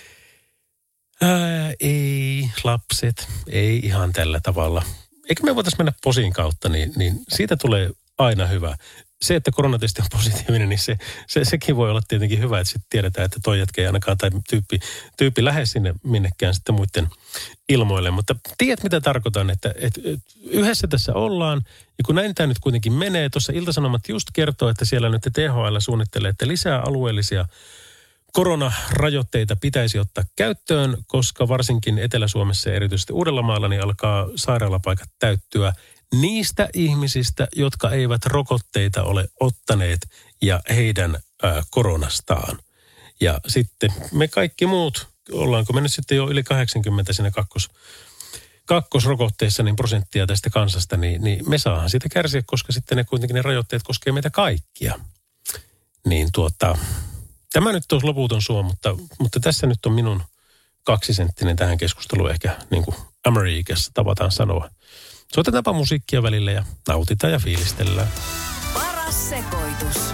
ei, lapset, ei ihan tällä tavalla. Eikö me voitaisiin mennä posin kautta, niin siitä tulee aina hyvä. Se, että koronatesti on positiivinen, niin sekin voi olla tietenkin hyvä, että sitten tiedetään, että toi jätkä ei ainakaan tai tyyppi lähde sinne minnekään sitten muiden ilmoille. Mutta tiedät, mitä tarkoitan, että yhdessä tässä ollaan, ja kun näin tämä nyt kuitenkin menee, tuossa Ilta-Sanomat just kertoo, että siellä nyt THL suunnittelee, että lisää alueellisia koronarajoitteita pitäisi ottaa käyttöön, koska varsinkin Etelä-Suomessa ja erityisesti Uudellamaalla niin alkaa sairaalapaikat täyttyä niistä ihmisistä, jotka eivät rokotteita ole ottaneet ja heidän koronastaan. Ja sitten me kaikki muut, ollaanko me nyt sitten jo yli 80 siinä kakkosrokotteissa niin prosenttia tästä kansasta, niin me saadaan siitä kärsiä, koska sitten ne kuitenkin ne rajoitteet koskee meitä kaikkia. Niin tämä nyt olisi loputon suo, mutta tässä nyt on minun 2 senttinen tähän keskusteluun ehkä niin kuin Amerikassa tavataan sanoa. Soitetaanpa musiikkia välillä ja nautitaan ja fiilistellään. Paras sekoitus.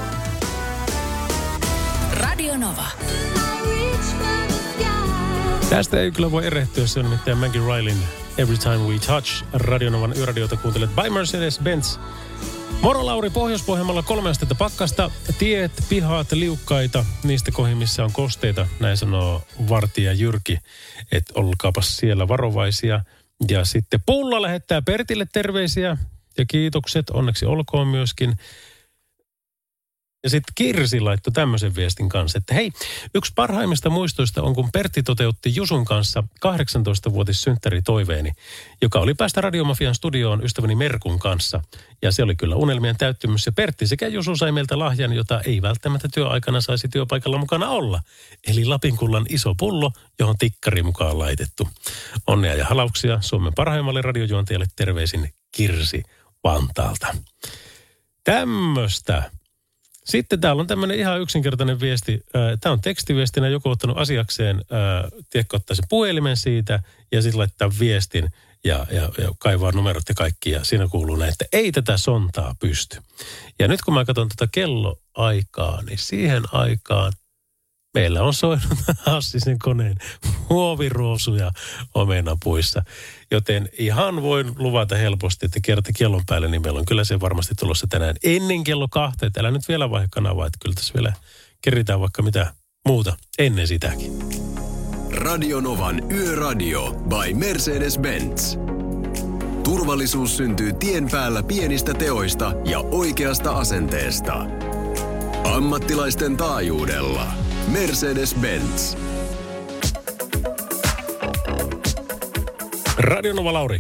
Radio Nova. Tästä ei kyllä voi erehtyä, se on nimittäin Maggie Ryleyn Every Time We Touch. Radio Novan yöradiota kuuntelet by Mercedes-Benz. Moro Lauri, Pohjois-Pohjanmaalla 3 astetta pakkasta. Tiet, pihat, liukkaita, niistä kohin missä on kosteita. Näin sanoo vartija Jyrki, että olkaapas siellä varovaisia. Ja sitten Pulla lähettää Pertille terveisiä ja kiitokset, onneksi olkoon myöskin. Ja sitten Kirsi laittoi tämmöisen viestin kanssa, että hei, yksi parhaimmista muistoista on, kun Pertti toteutti Jusun kanssa 18-vuotissynttäritoiveeni, joka oli päästä Radiomafian studioon ystäväni Merkun kanssa. Ja se oli kyllä unelmien täyttymys. Ja Pertti sekä Jusu sai meiltä lahjan, jota ei välttämättä työaikana saisi työpaikalla mukana olla. Eli Lapinkullan iso pullo, johon tikkari mukaan laitettu. Onnea ja halauksia Suomen parhaimmalle radiojuontajalle terveisin Kirsi Vantaalta. Tämmöistä. Sitten täällä on tämmöinen ihan yksinkertainen viesti. Tämä on tekstiviestinä, joku ottanut asiakseen, tiedätkö, ottaa se puhelimen siitä ja sitten laittaa viestin ja kaivaa numerot ja kaikki. Ja siinä kuuluu näin, että ei tätä sontaa pysty. Ja nyt kun mä katson tätä kelloaikaa, niin siihen aikaan meillä on soinut Hassisen koneen muoviruosuja omenapuissa. Joten ihan voin luvata helposti, että kerta kellon päälle, niin meillä on kyllä se varmasti tulossa tänään ennen kello 2. Että älä nyt vielä vaihe kanavaa, että kyllä tässä vielä keritään vaikka mitä muuta ennen sitäkin. Radio Novan Yöradio by Mercedes-Benz. Turvallisuus syntyy tien päällä pienistä teoista ja oikeasta asenteesta. Ammattilaisten taajuudella. Mercedes-Benz. Radio Nova Lauri.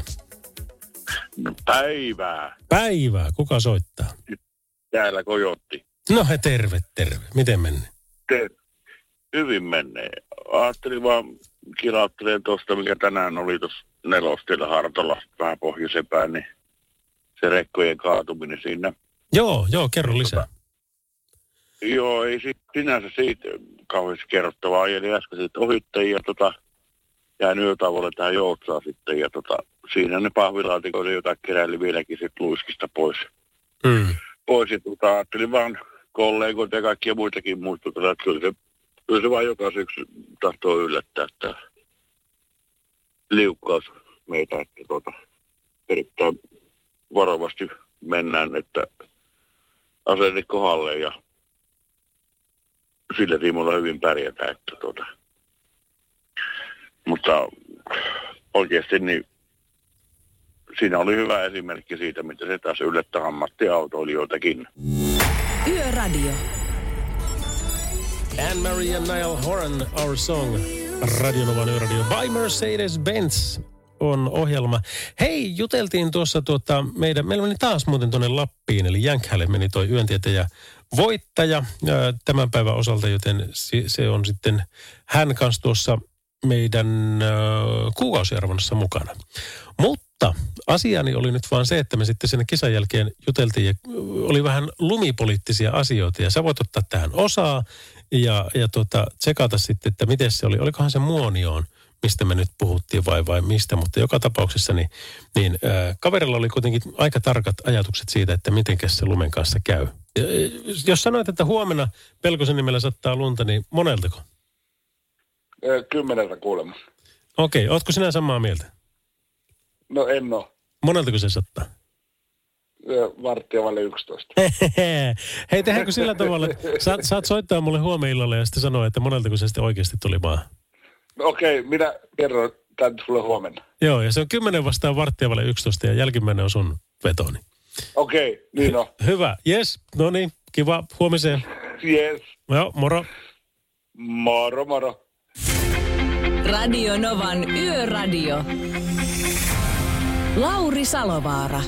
Päivää. Päivää. Kuka soittaa? Täällä Kojotti. No terve. Miten menee? Hyvin menee. Ajattelin vaan kilauttelen tuosta, mikä tänään oli tuossa Nelostilla Hartolasta vähän pohjoisempään, niin se rekkojen kaatuminen siinä. Joo, kerro lisää. Joo, ei sinänsä siitä kauheasti kerrottavaa. Ajelin äsken siitä ohittajia jäin yötauolle tähän Joutsaan sitten. Ja siinä ne pahvilaatikoille jotain keräili vieläkin sitten luiskista pois. Pois ja ajattelin vaan kollegoita ja kaikkia muitakin muistuttaa, että kyllä se vaan joka syksy tahtoo yllättää tämä liukkaus meitä, että erittäin varovasti mennään, että asennit kohdalle ja sillä tiimoilla hyvin pärjätään, että mutta oikeasti niin siinä oli hyvä esimerkki siitä, mitä se taas yllättää ammattiautoilijoitakin. Yöradio. Anne-Marie ja Niall Horan, Our Song. Radionovan Yöradio by Mercedes-Benz on ohjelma. Hei, juteltiin tuossa meillä meni taas muuten tuonne Lappiin, eli Jänkhälle meni toi yöntietäjä voittaja tämän päivän osalta, joten se on sitten hän kanssa tuossa meidän kuukausiarvonnassa mukana. Mutta asiani oli nyt vaan se, että me sitten sen kisan jälkeen juteltiin ja oli vähän lumipoliittisia asioita ja sä voit ottaa tähän osaa ja tsekata sitten, että miten se oli. Olikohan se Muonioon, mistä me nyt puhuttiin vai mistä, mutta joka tapauksessa niin kaverilla oli kuitenkin aika tarkat ajatukset siitä, että mitenkäs se lumen kanssa käy. Jos sanoit, että huomenna Pelkosen nimellä sattaa lunta, niin moneltako? 10 kuulemma. Okei, ootko sinä samaa mieltä? No en oo. Moneltako se sattaa? 11:15. Hei, tehdäänkö sillä tavalla, että saat soittaa mulle huomenna ja sitten sanoa, että moneltako se sitten oikeasti tuli maahan? Okei, minä kerron tämän sulle huomenna. Joo, ja se on 10 vastaan 11:15 ja jälkimmäinen on sun vetoni. Okei, niin on. Hyvä, jes, no niin, kiva, huomiseen. Jes. Joo, moro. Moro, moro. Radio Novan Yöradio. Lauri Salovaara.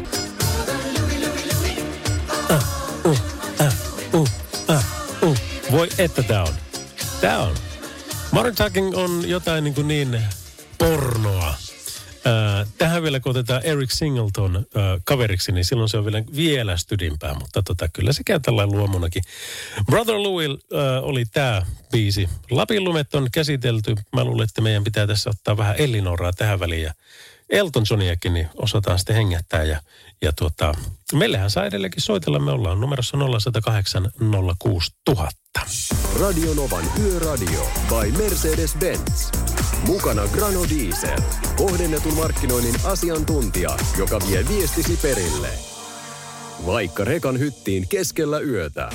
Voi että tää on. Modern Talking on jotain niin pornoa. Tähän vielä kun otetaan Eric Singleton kaveriksi, niin silloin se on vielä stydimpää, mutta kyllä se käy tällainen luomonakin. Brother Louis oli tää biisi. Lapin lumet on käsitelty. Mä luulen, että meidän pitää tässä ottaa vähän Elinoraa tähän väliin ja Elton Johniakin, niin osataan sitten hengättää. Ja meillähän saa edelleenkin soitella. Me ollaan numerossa 0108 06000. Radio Novan Yöradio by Mercedes-Benz. Mukana Grano Diesel. Kohdennetun markkinoinnin asiantuntija, joka vie viestisi perille. Vaikka rekan hyttiin keskellä yötä.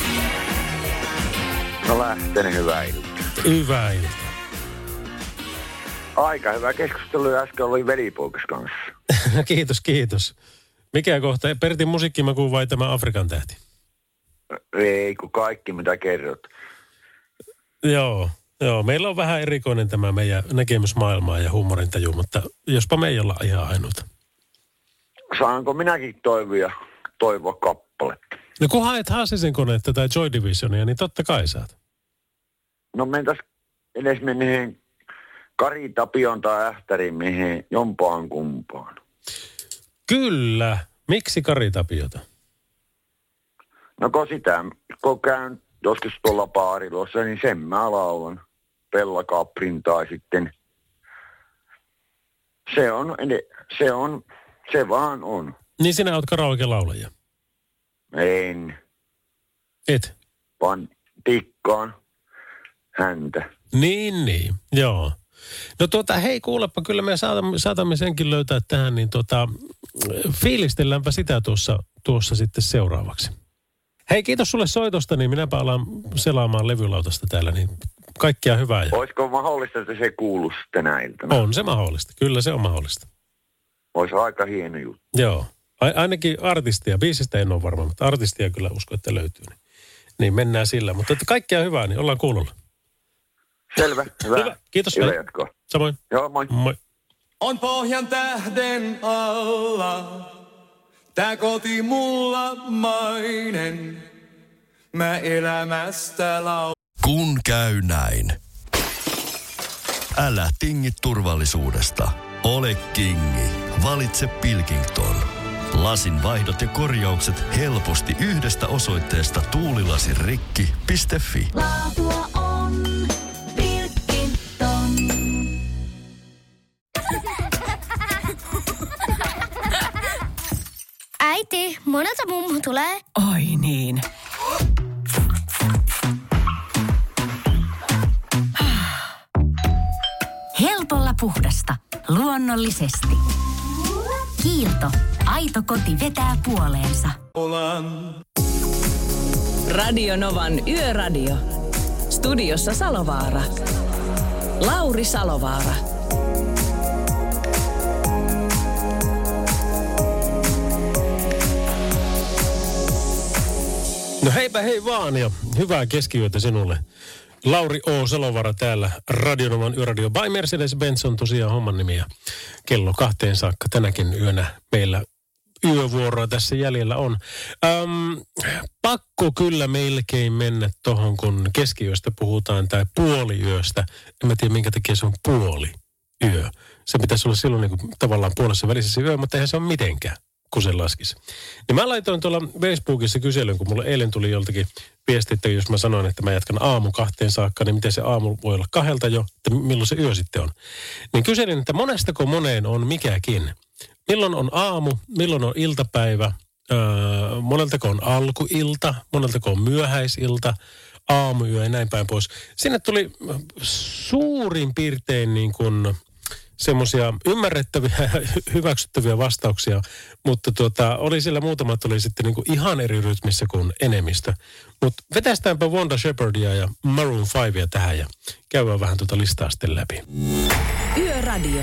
No lähteni, hyvää iltaa. Hyvää iltaa. Aika hyvä keskustelu ja äsken oli velipoikas kanssa. Kiitos. Mikä kohta? Pertin musiikkimaku vai tämä Afrikan tähti? Ei, kun kaikki mitä kerrot. Joo. Meillä on vähän erikoinen tämä meidän näkemys maailmaa ja huumorintaju, mutta jospa me ei olla ihan ainoita. Saanko minäkin toivoa kappaletta? No kun haet Haasisen konetta tai Joy Divisionia, niin totta kai saat. No mentäis edes menehen Kari Tapion tai Ähtärin mihin jompaan kumpaan. Kyllä. Miksi Kari Tapiota? No kun käyn joskus tuolla baarilossa, niin sen mä laulan Pellakaprin tai sitten se vaan on. Niin sinä oot karaoke-laulaja? En. Et? Vaan tikkaan häntä. Niin, joo. No hei kuulepa, kyllä me saatamme senkin löytää tähän, niin fiilistelläänpä sitä tuossa sitten seuraavaksi. Hei, kiitos sulle soitosta, niin minäpä alan selaamaan levylautasta täällä, niin kaikkia hyvää. Olisiko mahdollista, että se kuuluisi tänä iltana? On se mahdollista, kyllä se on mahdollista. Olisi aika hieno juttu. Joo, ainakin artistia, biisistä en ole varma, mutta artistia kyllä usko, että löytyy. Niin mennään sillä, mutta kaikkia hyvää, niin ollaan kuulolla. Selvä, hyvä. Kiitos. Hyvä jatkoa. Samoin. Joo, moi. Moi. On pohjan tähden alla, tää koti mulla mainen, mä elämästä Kun käy näin. Älä tingi turvallisuudesta. Ole kingi. Valitse Pilkington. Lasin vaihdot ja korjaukset helposti yhdestä osoitteesta tuulilasirikki.fi. Laatua on Pilkington. Äiti, monelta mummu tulee? Oi niin. Helpolla puhdasta. Luonnollisesti. Kiilto. Aito koti vetää puoleensa. Radio Novan Yöradio. Studiossa Salovaara. Lauri Salovaara. No heipä hei vaan ja hyvää keskiyötä sinulle. Lauri O. Salovaara täällä Radionovan Yöradio by Mercedes-Benz on tosiaan homman nimi ja kello 2 saakka tänäkin yönä meillä yövuoroa tässä jäljellä on. Pakko kyllä melkein mennä tohon, kun keskiyöstä puhutaan tai puoliyöstä. En mä tiedä minkä takia se on puoliyö. Se pitäisi olla silloin niin kuin tavallaan puolessa välisessä yö, mutta eihän se ole mitenkään, kun se laskisi. Niin mä laitoin tuolla Facebookissa kyselyn, kun mulle eilen tuli joltakin viesti, että jos mä sanoin, että mä jatkan aamu 2 saakka, niin miten se aamu voi olla 2 jo, että milloin se yö sitten on. Niin kyselin, että monestako moneen on mikäkin. Milloin on aamu, milloin on iltapäivä, moneltako on alkuilta, moneltako on myöhäisilta, aamuyö ja näin päin pois. Sinne tuli suurin piirtein niin kuin semmoisia ymmärrettäviä ja hyväksyttäviä vastauksia, mutta oli siellä muutamat oli sitten niin kuin ihan eri rytmissä kuin enemmistö. Mutta vetästäänpä Wanda Shepherdia ja Maroon 5 tähän ja käydään vähän tuota listaa sitten läpi. Yöradio.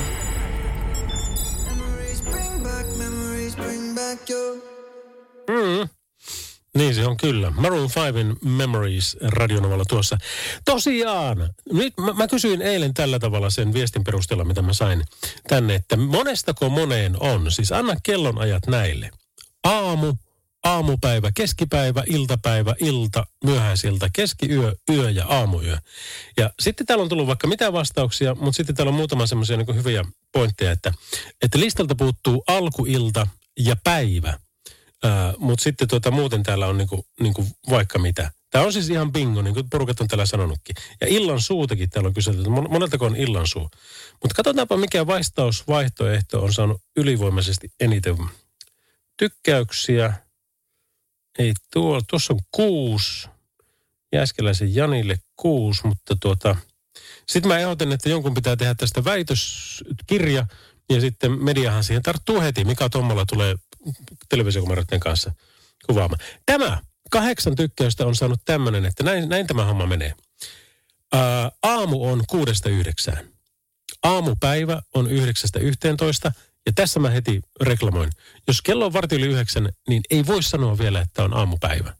Niin se on kyllä. Maroon 5 Memories Radionovalla tuossa. Tosiaan, nyt mä kysyin eilen tällä tavalla sen viestin perusteella, mitä mä sain tänne, että monestako moneen on. Siis anna kellonajat näille. Aamu, aamupäivä, keskipäivä, iltapäivä, ilta, myöhäisilta, keskiyö, yö ja aamuyö. Ja sitten täällä on tullut vaikka mitä vastauksia, mutta sitten täällä on muutama semmoisia niin kuin hyviä pointteja, että listalta puuttuu alkuilta ja päivä. Mutta sitten muuten täällä on niinku vaikka mitä. Tämä on siis ihan bingo, niin kuin porukat on täällä sanonutkin. Ja illan suutakin täällä on kyselty, että moneltako on illan suu. Mutta katsotaanpa, mikä vaihtoehto on saanut ylivoimaisesti eniten tykkäyksiä. Ei tuossa on 6. Jääskeläisen Janille 6, mutta sitten mä ehdotin, että jonkun pitää tehdä tästä väitöskirja. Ja sitten mediahan siihen tarttuu heti. Mika Tommola tulee televisiokameroiden kanssa kuvaamaan. Tämä 8 tykkäystä on saanut tämmöinen, että näin tämä homma menee. Aamu on 6-9. Aamupäivä on 9-11. Ja tässä mä heti reklamoin. Jos kello on 8:45, niin ei voi sanoa vielä, että on aamupäivä.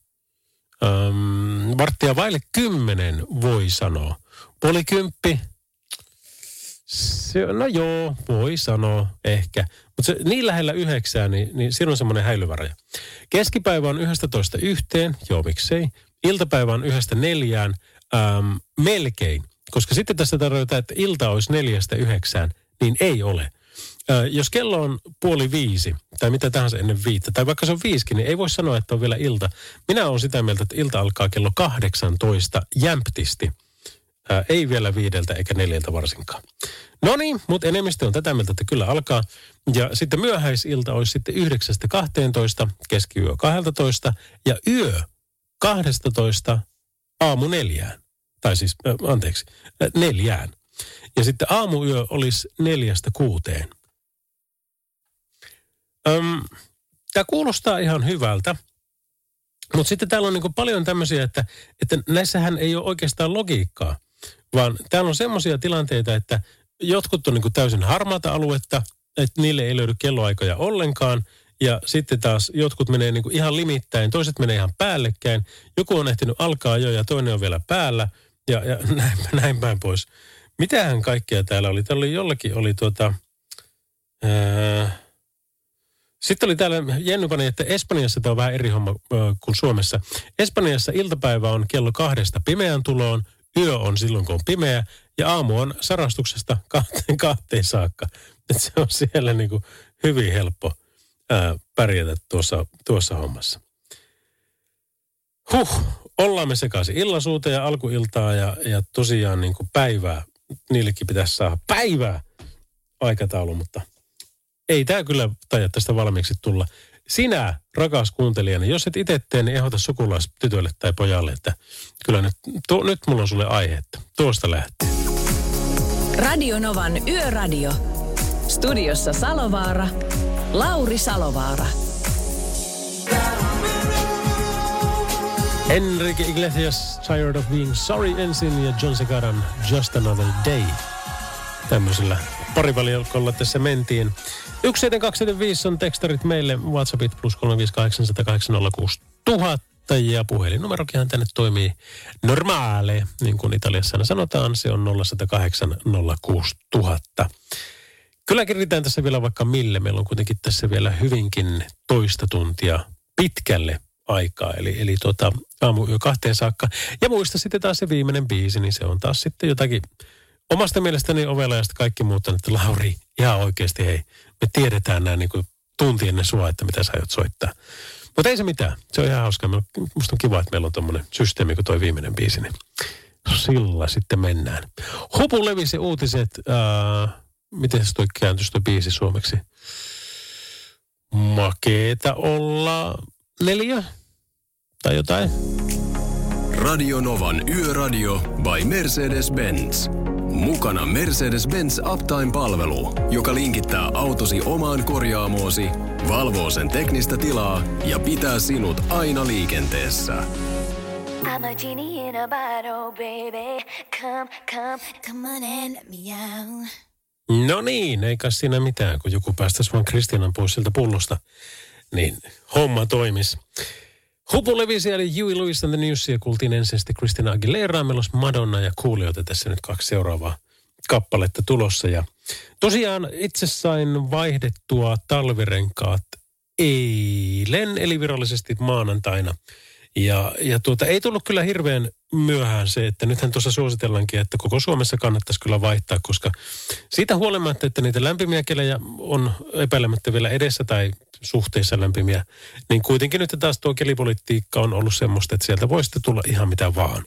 9:45 voi sanoa. 9:30. No joo, voi sanoa ehkä. Mutta niin lähellä 9, niin siinä on semmoinen häilyvaraja. Keskipäivä on 11:1, joo miksei. Iltapäivä on 1:4, melkein. Koska sitten tässä tarkoittaa, että ilta olisi 4:9, niin ei ole. Jos kello on 4:30 tai mitä tahansa ennen 5, tai vaikka se on 5, niin ei voi sanoa, että on vielä ilta. Minä olen sitä mieltä, että ilta alkaa kello 18 jämptisti. Ei vielä 5 eikä 4 varsinkaan. No niin, mutta enemmistö on tätä mieltä, että kyllä alkaa. Ja sitten myöhäisilta olisi sitten 9:12, keskiyö 12 ja yö 12 aamu 4. Tai siis, 4. Ja sitten aamuyö olisi 4-6. Tämä kuulostaa ihan hyvältä. Mutta sitten täällä on niinku paljon tämmöisiä, että näissähän ei ole oikeastaan logiikkaa. Vaan täällä on semmoisia tilanteita, että jotkut on niinku täysin harmaata aluetta, että niille ei löydy kelloaikoja ollenkaan. Ja sitten taas jotkut menee niinku ihan limittäin, toiset menee ihan päällekkäin. Joku on ehtinyt alkaa jo ja toinen on vielä päällä ja näin päin pois. Mitähän kaikkea täällä oli? Täällä oli jollakin, sitten oli täällä, Jenny pani, että Espanjassa tämä on vähän eri homma kuin Suomessa. Espanjassa iltapäivä on kello 2 pimeän tuloon, yö on silloin kun on pimeä ja aamu on sarastuksesta 2 saakka. Että se on siellä niinku hyvin helppo pärjätä tuossa hommassa. Ollaan me sekaisin illasuuta ja alkuiltaa ja tosiaan niinku päivää. Niillekin pitäisi saada päivää aikataulu, mutta ei tämä kyllä taida tästä valmiiksi tulla. sinä, rakas kuuntelijana, jos et itse tee, niin ehdota sukulaistytölle tai pojalle, että kyllä nyt mulla on sulle aihetta. Tuosta lähtee. Radio Novan Yöradio. Studiossa Salovaara, Lauri Salovaara. Enrique Iglesias, Tired of Being Sorry ensin ja John Segaran Just Another Day. Tämmöisellä parivaliokolla tässä mentiin. 17275 on tekstarit meille, WhatsAppit +358 108 06000 ja puhelinnumerokinhan tänne toimii normaale, niin kuin Italiassa aina sanotaan, se on 0108 06000. Kylläkin riitään tässä vielä vaikka mille, meillä on kuitenkin tässä vielä hyvinkin toista tuntia pitkälle aikaa, eli aamuyö 2 saakka. Ja muista sitten taas se viimeinen biisi, niin se on taas sitten jotakin omasta mielestäni ovelajasta kaikki muuttanut, että Lauri, ihan oikeasti hei, me tiedetään nämä niin kuin tunti ennen sua, että mitä sä aiot soittaa. Mutta ei se mitään, se on ihan hauskaa. Musta on kiva, että meillä on tommonen systeemi kuin toi viimeinen biisi, niin sillä sitten mennään. Hupu levisi uutiset, miten se toi kääntys toi biisi suomeksi? Makeeta olla 4 tai jotain. Radio Novan Yöradio by Mercedes-Benz. Mukana Mercedes-Benz Uptime-palvelu, joka linkittää autosi omaan korjaamoosi, valvoo sen teknistä tilaa ja pitää sinut aina liikenteessä. I'm a genie in a bottle, baby. Come on and let me out. No niin, ei kai siinä mitään, kun joku päästäisi vaan Kristianan pois sieltä pullosta, niin homma toimisi. Hupu levisi, eli Huey Lewis and the Newsia kuultiin ensin sitten Christina Aguilera, meillä olisi Madonna ja Coolioita tässä nyt 2 seuraavaa kappaletta tulossa. Ja tosiaan itse sain vaihdettua talvirenkaat eilen, eli virallisesti maanantaina. Ja ei tullut kyllä hirveän myöhään se, että nythän tuossa suositellaankin, että koko Suomessa kannattaisi kyllä vaihtaa, koska siitä huolimatta, että niitä lämpimiä kelejä on epäilemättä vielä edessä tai suhteessa lämpimiä, niin kuitenkin nyt taas tuo kelipolitiikka on ollut semmoista, että sieltä voi sitten tulla ihan mitä vaan.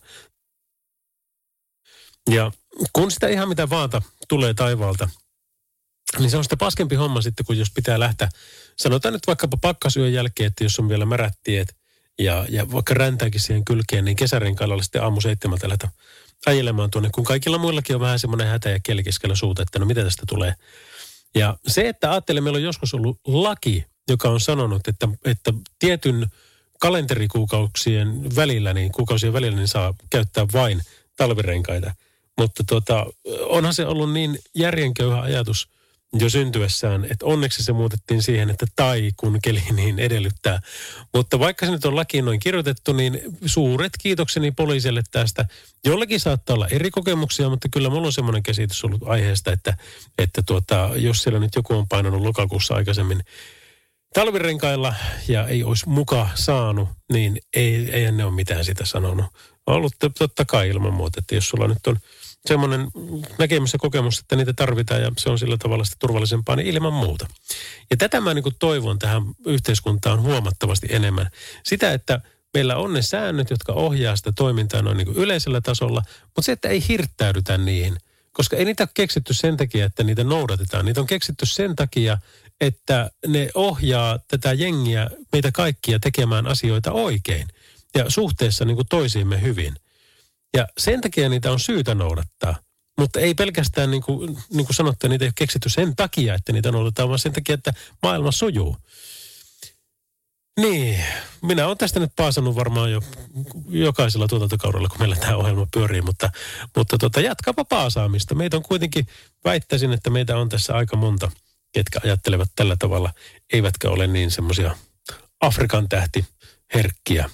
Ja kun sitä ihan mitä vaata tulee taivaalta, niin se on sitä paskempi homma sitten, kun jos pitää lähteä, sanotaan nyt vaikkapa pakkasyön jälkeen, että jos on vielä märät tiet, ja vaikka räntääkin siihen kylkeen, niin kesärenkailla oli sitten aamu 7 lähteä ajelemaan tuonne, kun kaikilla muillakin on vähän semmoinen hätä ja keli keskellä suuta, että no mitä tästä tulee. Ja se, että ajattelen, meillä on joskus ollut laki, joka on sanonut, että tietyn kalenterikuukausien välillä, niin saa käyttää vain talvirenkaita. Mutta onhan se ollut niin järjenköyhä ajatus jo syntyessään, että onneksi se muutettiin siihen, että tai kun keli niin edellyttää. Mutta vaikka se nyt on lakiin noin kirjoitettu, niin suuret kiitokseni poliisille tästä. Jollakin saattaa olla eri kokemuksia, mutta kyllä mulla on semmoinen käsitys ollut aiheesta, että jos siellä nyt joku on painanut lokakuussa aikaisemmin talvirenkailla ja ei olisi muka saanut, niin eihän ne ole mitään sitä sanonut. On ollut totta kai ilman muuta, että jos sulla nyt on semmoinen näkemys ja kokemus, että niitä tarvitaan ja se on sillä tavalla sitten turvallisempaa, niin ilman muuta. Ja tätä mä niin kuin toivon tähän yhteiskuntaan huomattavasti enemmän. Sitä, että meillä on ne säännöt, jotka ohjaa sitä toimintaa noin niin kuin yleisellä tasolla, mutta se, että ei hirttäydytä niihin. Koska ei niitä ole keksitty sen takia, että niitä noudatetaan. Niitä on keksitty sen takia, että ne ohjaa tätä jengiä, meitä kaikkia tekemään asioita oikein ja suhteessa niin kuin toisiimme hyvin. Ja sen takia niitä on syytä noudattaa, mutta ei pelkästään niin kuin sanottu, niitä ei ole keksitty sen takia, että niitä noudatetaan, vaan sen takia, että maailma sujuu. Niin, minä olen tästä nyt paasannut varmaan jo jokaisella tuotantokaudella, kun meillä tämä ohjelma pyörii, mutta jatkaapa paasaamista. Meitä on kuitenkin, väittäisin, että meitä on tässä aika monta, ketkä ajattelevat tällä tavalla, eivätkä ole niin semmoisia Afrikan tähti herkkiä.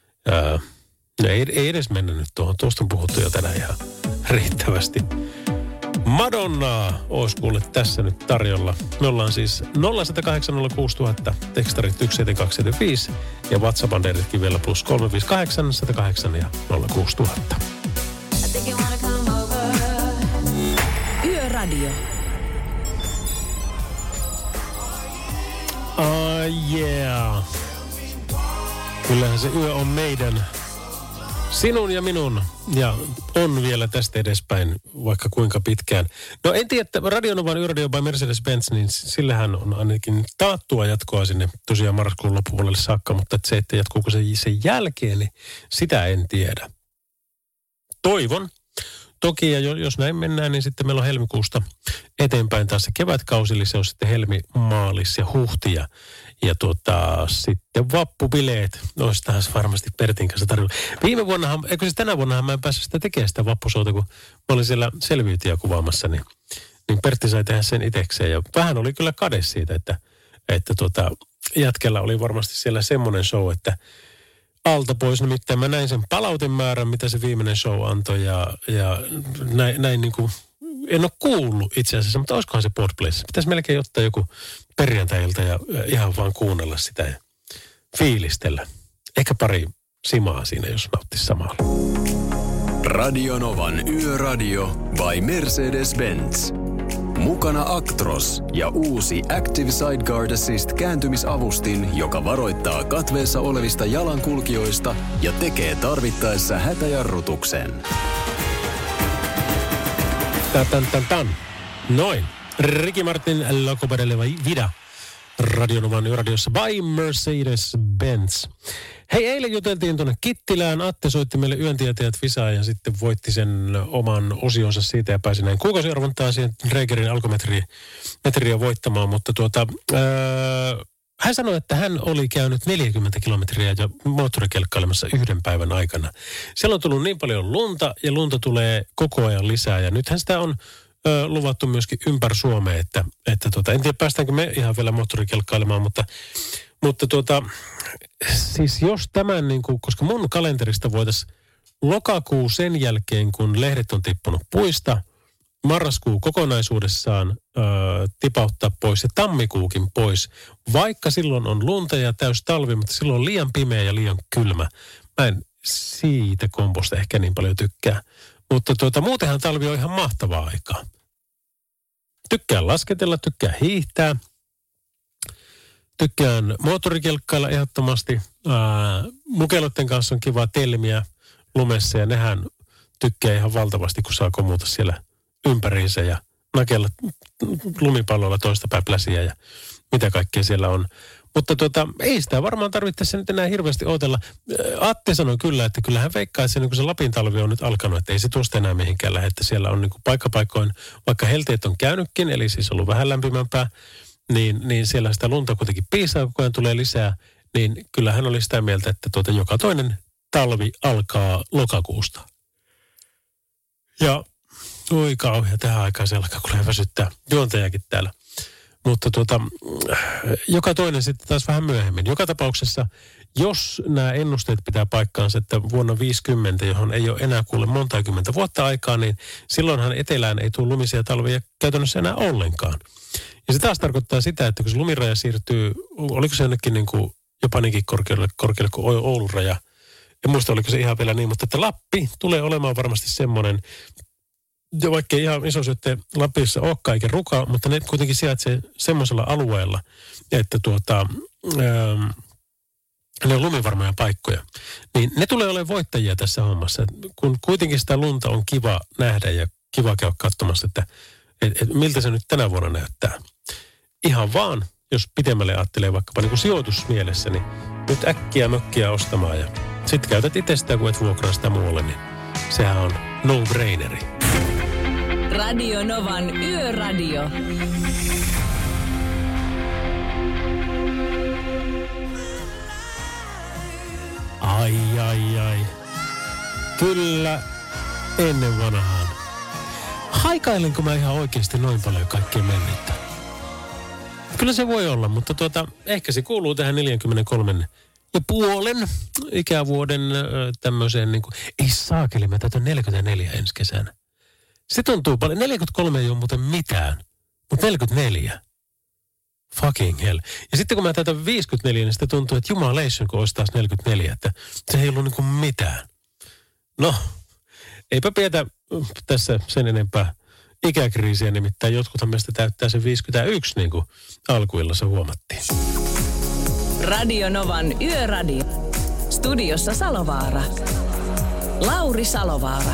Ei edes mennä nyt tuohon. Tuosta on puhuttu jo tänään ihan riittävästi. Madonnaa olisi kuule tässä nyt tarjolla. Me ollaan siis 0108 06000, tekstarit 17275 ja WhatsApp-anderitkin vielä +358 108 ja 06000. Yöradio. Yeah. Kyllähän se yö on meidän. Sinun ja minun, ja on vielä tästä edespäin vaikka kuinka pitkään. No en tiedä, että Radionovan Yöradio by Mercedes-Benz, niin sillähän on ainakin taattua jatkoa sinne tosiaan marraskuun loppupuolelle saakka, mutta se, että jatkuuko se sen jälkeen, niin sitä en tiedä. Toivon. Toki, ja jos näin mennään, niin sitten meillä on helmikuusta eteenpäin taas se kevätkausi, eli se on sitten helmi, maalis ja huhti. Ja sitten vappubileet, noistahan se varmasti Pertin kanssa tarjolla. Viime vuonnahan, tänä vuonnahan mä en päässyt sitä tekemään sitä vappusouta, kun mä olin siellä selviytyjä kuvaamassa, niin Pertti sai tehdä sen itsekseen. Ja vähän oli kyllä kade siitä, että jätkellä oli varmasti siellä semmoinen show, että alta pois, nimittäin mä näin sen palautemäärän, mitä se viimeinen show antoi, ja näin niin kuin, en ole kuullut itse asiassa, mutta olisikohan se Podplayssa. Pitäisi melkein ottaa joku perjantai-ilta ja ihan vaan kuunnella sitä ja fiilistellä. Ehkä pari simaa siinä, jos nauttisi samalla. Radionovan Yöradio by Mercedes-Benz. Mukana Actros ja uusi Active Sideguard Assist kääntymisavustin, joka varoittaa katveessa olevista jalankulkijoista ja tekee tarvittaessa hätäjarrutuksen. Noin. Ricky Martin, Loco Padelle Vida. Radionovan Yöradiossa by Mercedes-Benz. Hei, eilen juteltiin tuonne Kittilään. Atte soitti meille yöntietäjät Visaa ja sitten voitti sen oman osionsa siitä ja pääsi näin kuukausiarvontaan siihen Drägerin alkometriä voittamaan. Mutta hän sanoi, että hän oli käynyt 40 kilometriä ja moottorikelkkailemassa yhden päivän aikana. Siellä on tullut niin paljon lunta ja lunta tulee koko ajan lisää ja nythän sitä on luvattu myöskin ympäri Suomea, että en tiedä päästäänkö me ihan vielä moottorikelkkailemaan, mutta siis jos tämän niin kuin, koska mun kalenterista voitaisiin lokakuu sen jälkeen, kun lehdet on tippunut puista, marraskuu kokonaisuudessaan tipauttaa pois ja tammikuukin pois, vaikka silloin on lunta ja täys talvi, mutta silloin on liian pimeä ja liian kylmä. Mä en siitä komposta ehkä niin paljon tykkää. Mutta muutenhan talvi on ihan mahtavaa aikaa. Tykkään lasketella, tykkään hiihtää. Tykkään moottorikelkkailla ehdottomasti. Mukeloiden kanssa on kiva telmiä lumessa ja nehän tykkää ihan valtavasti, kun saa komuta siellä ympäriinsä ja nakella lumipalloilla toista päpläsiä ja mitä kaikkea siellä on. Mutta ei sitä varmaan tarvittaisi nyt enää hirveästi odotella. Atte sanoi kyllä, että kyllähän veikkaa, että kun se Lapin talvi on nyt alkanut, että ei se tuosta enää mihinkään lähde, että siellä on niin kuin paikkapaikoin, vaikka helteet on käynytkin, eli siis ollut vähän lämpimämpää, niin siellä sitä lunta kuitenkin piisaa, koko ajan tulee lisää, niin kyllähän oli sitä mieltä, että joka toinen talvi alkaa lokakuusta. Ja oi kauhea, tähän aikaan se alkaa, kun väsyttää juontajakin täällä. Mutta joka toinen sitten taas vähän myöhemmin. Joka tapauksessa, jos nämä ennusteet pitää paikkaansa, että vuonna 50, johon ei ole enää kuule monta kymmentä vuotta aikaa, niin silloinhan etelään ei tule lumisia talvia käytännössä enää ollenkaan. Ja se taas tarkoittaa sitä, että kun se lumiraja siirtyy, oliko se jonnekin niin kuin jopa niinkin korkealle kuin Oulun raja. En muista, oliko se ihan vielä niin, mutta että Lappi tulee olemaan varmasti semmoinen, ja vaikka ihan iso syötte Lapissa olekaan eikä ruka, mutta ne kuitenkin sijaitsee semmoisella alueella, että ne on lumivarmoja paikkoja. Niin ne tulee olemaan voittajia tässä hommassa. Kun kuitenkin sitä lunta on kiva nähdä ja kiva käydä katsomassa, että miltä se nyt tänä vuonna näyttää. Ihan vaan, jos pitemmälle ajattelee vaikkapa niin kuin sijoitusmielessä, niin nyt äkkiä mökkiä ostamaan ja sitten käytät itse sitä, kun et vuokraa sitä muualle, niin sehän on no-braineri. Radio Novan Yöradio. Ai. Kyllä ennen vanhaan. Haikailenko mä ihan oikeasti noin paljon kaikkea mennyttä? Kyllä se voi olla, mutta ehkä se kuuluu tähän 43,5 ikävuoden tämmöiseen niin kuin, ei saakeli, mä täytän 44 ensi kesänä. Se tuntuu paljon. 43 ei ole muuten mitään, mutta 44. Fucking hell. Ja sitten kun mä täytän 54, niin sitten tuntuu, että jumalation, kun olisi taas 44, että se ei ollut niin kuin mitään. No, eipä pidetä tässä sen enempää ikäkriisiä, nimittäin jotkuthan meistä täyttää sen 51, niin kuin alkuillassa huomattiin. Radio Novan Yöradio. Studiossa Salovaara. Lauri Salovaara.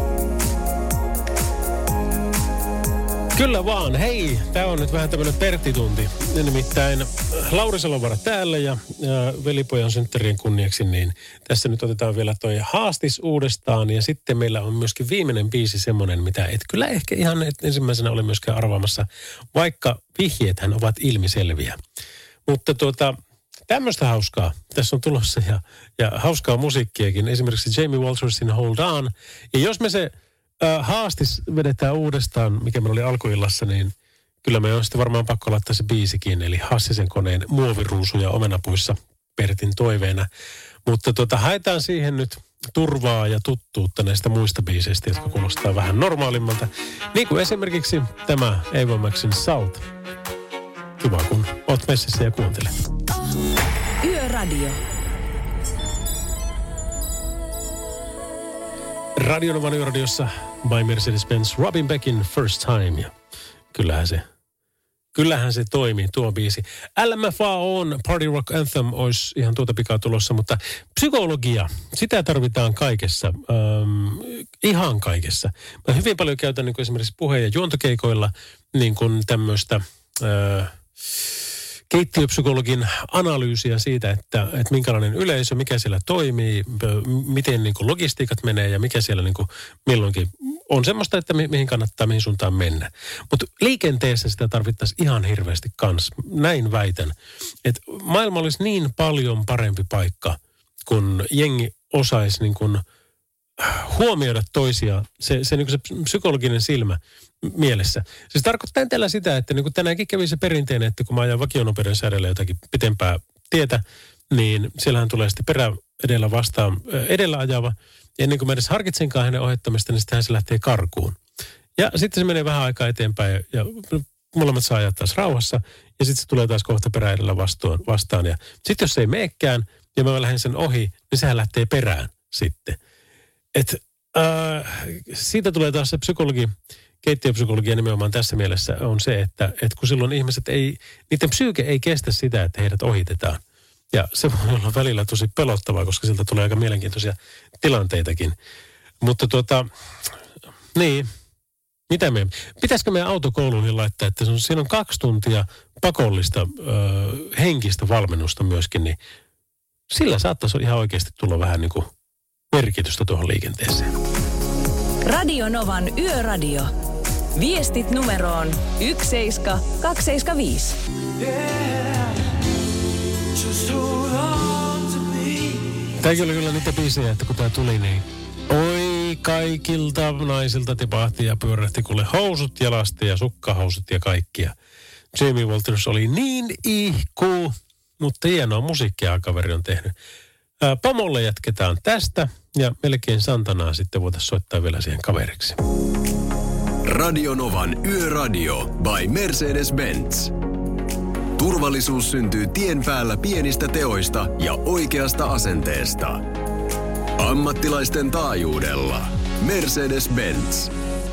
Kyllä vaan. Hei, tää on nyt vähän tämmönen Pertti-tunti. Nimittäin Lauri Salovaara täällä ja velipojan synttärien kunniaksi, niin tässä nyt otetaan vielä toi haastis uudestaan. Ja sitten meillä on myöskin viimeinen biisi semmonen, mitä et kyllä ehkä ihan ensimmäisenä ole myöskään arvaamassa, vaikka vihjeethän ovat ilmiselviä. Mutta tämmöistä hauskaa tässä on tulossa ja hauskaa musiikkiakin. Esimerkiksi Jamie Waltersin Hold On. Ja jos me se haastis vedetään uudestaan, mikä meillä oli alkuillassa, niin kyllä me on sitten varmaan pakko laittaa se biisikin. Eli Hassisen koneen Muoviruusuja omenapuissa Pertin toiveena. Mutta haetaan siihen nyt turvaa ja tuttuutta näistä muista biiseistä, jotka kuulostaa vähän normaalimmalta. Niin kuin esimerkiksi tämä Ava Maxin Salt. Kiva, kun oot messissä ja kuuntelet. Yöradio. Radio Novan Yöradiossa by Mercedes-Benz Robin Beckin First Time. Ja kyllähän se toimii tuo biisi. LMFAOn Party Rock Anthem olisi ihan tuota pikaa tulossa, mutta psykologia, sitä tarvitaan kaikessa, ihan kaikessa. Mä hyvin paljon käytän niin kuin esimerkiksi puhe- ja juontokeikoilla niin kuin tämmöistä keittiöpsykologin analyysiä siitä, että minkälainen yleisö, mikä siellä toimii, miten niin kuin logistiikat menee ja mikä siellä niin kuin milloinkin on semmoista, että mihin kannattaa, mihin suuntaan mennä. Mutta liikenteessä sitä tarvittaisiin ihan hirveästi kanssa. Näin väitän, että maailma olisi niin paljon parempi paikka, kun jengi osaisi niin kuin huomioida toisia, se psykologinen silmä mielessä. Se tarkoittaa tällä sitä, että niin kuin tänäänkin kävi se perinteinen, että kun mä ajan vakionopeuden säädellä jotakin pitempää tietä, niin siellähän tulee sitten perä edellä vastaan edellä ajava. Ja ennen kuin mä edes harkitsenkaan hänen ohittamista, niin sitten se lähtee karkuun. Ja sitten se menee vähän aikaa eteenpäin ja molemmat saa ajaa taas rauhassa. Ja sitten se tulee taas kohta perä edellä vastaan. Ja sitten jos se ei meekään ja mä lähden sen ohi, niin sehän lähtee perään sitten. Siitä tulee taas se keittiöpsykologia nimenomaan tässä mielessä on se, että kun silloin ihmiset niiden psyyke ei kestä sitä, että heidät ohitetaan. Ja se voi olla välillä tosi pelottavaa, koska siltä tulee aika mielenkiintoisia tilanteitakin. Mutta niin, pitäisikö meidän autokouluun laittaa, että siinä on 2 tuntia pakollista henkistä valmennusta myöskin, niin sillä saattaisi ihan oikeasti tulla vähän niin kuin merkitystä tuohon liikenteeseen. Radio Novan Yöradio. Viestit numeroon 17275. Tämäkin oli kyllä niitä biisejä, että kun tää tuli, niin oi kaikilta naisilta tipahti ja pyörähti kuule housut jalasta ja sukkahousut ja kaikkia. Jamie Walters oli niin ihku, mutta hienoa musiikkia kaveri on tehnyt. Pomolle jatketaan tästä ja melkein Santanaa sitten voitaisiin soittaa vielä siihen kaveriksi. Radio Novan Yöradio by Mercedes-Benz. Turvallisuus syntyy tien päällä pienistä teoista ja oikeasta asenteesta. Ammattilaisten taajuudella. Mercedes-Benz.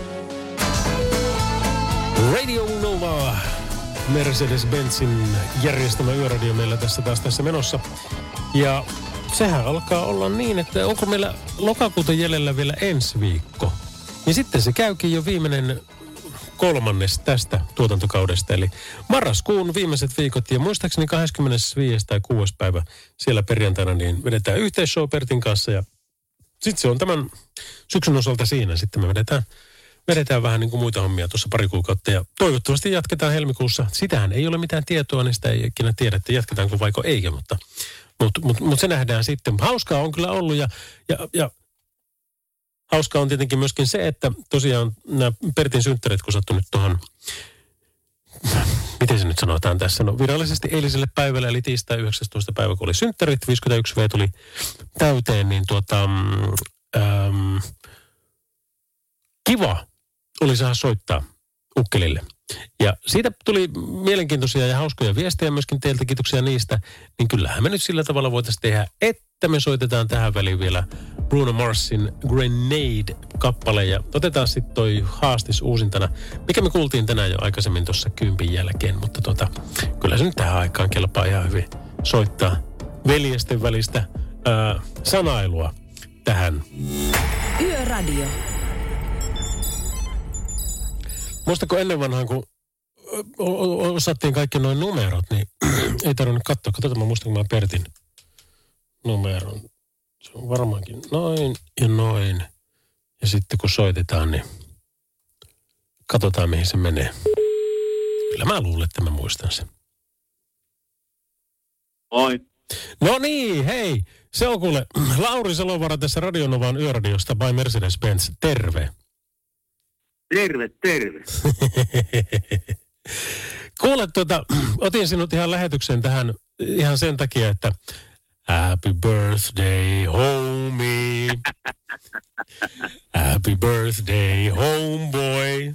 Radio Nova. Mercedes-Benzin järjestämä yöradio meillä tässä menossa. Ja sehän alkaa olla niin, että onko meillä lokakuuta jäljellä vielä ensi viikko. Ja sitten se käykin jo viimeinen 3. tästä tuotantokaudesta. Eli marraskuun viimeiset viikot ja muistaakseni 25. tai 6. päivä siellä perjantaina niin vedetään yhteisshow Pertin kanssa. Ja sitten se on tämän syksyn osalta siinä. Sitten me vedetään vähän niin kuin muita hommia tuossa pari kuukautta ja toivottavasti jatketaan helmikuussa. Sitähän ei ole mitään tietoa, niin sitä ei ikinä tiedä, että jatketaanko vaiko eikä, mutta se nähdään sitten. Hauskaa on kyllä ollut ja hauskaa on tietenkin myöskin se, että tosiaan nämä Pertin synttärit, kun sattu nyt tuohon, miten se nyt sanotaan tässä, no virallisesti eiliselle päivälle, eli tiistai 19. päivä, kun oli synttärit, 51V tuli täyteen, niin kiva oli saada soittaa ukkelille. Ja siitä tuli mielenkiintoisia ja hauskoja viestejä myöskin teiltä, kiitoksia niistä. Niin kyllähän me nyt sillä tavalla voitaisiin tehdä, että me soitetaan tähän väliin vielä Bruno Marsin Grenade-kappale. Ja otetaan sitten toi haastis uusintana, mikä me kuultiin tänään jo aikaisemmin tuossa 10 jälkeen. Mutta kyllä se nyt tähän aikaan kelpaa ihan hyvin soittaa veljesten välistä sanailua. tähän. Yöradio. Muistatko ennen vanhaan, kun osattiin kaikki noin numerot, niin ei tarvinnut katsoa. Katsotaan, mä muistan, kun mä Pertin numeron. Se on varmaankin noin ja noin. Ja sitten kun soitetaan, niin katsotaan, mihin se menee. Kyllä mä luulen, että mä muistan sen. Moi. No niin, hei. Se on kuule Lauri Salovaara tässä Radio Novan Yöradiosta by Mercedes-Benz. Terve. Terve, terve. Kuule, otin sinut ihan lähetykseen tähän ihan sen takia, että Happy birthday, homie. Happy birthday, homeboy.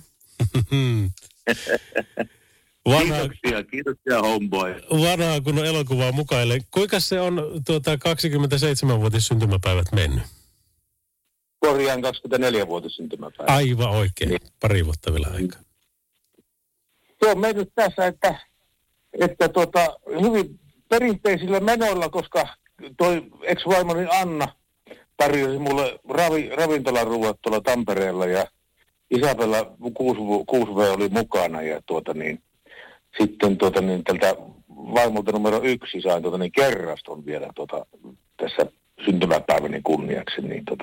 Kiitoksia, homeboy. Vanhaa kun on elokuvaa mukaille. Kuinka se on 27-vuotis syntymäpäivät mennyt? Korjaan 24-vuotis syntymäpäivä. Aivan oikein. Niin. Pari vuotta vielä aikaa. Se on mennyt tässä, että hyvin perinteisillä menoilla, koska toi ex-vaimoni Anna tarjosi mulle ravintolaruuat tuolla Tampereella ja Isabella 6V oli mukana ja sitten tältä vaimolta numero 1 sain kerraston vielä tässä syntymäpäiväni kunniaksi,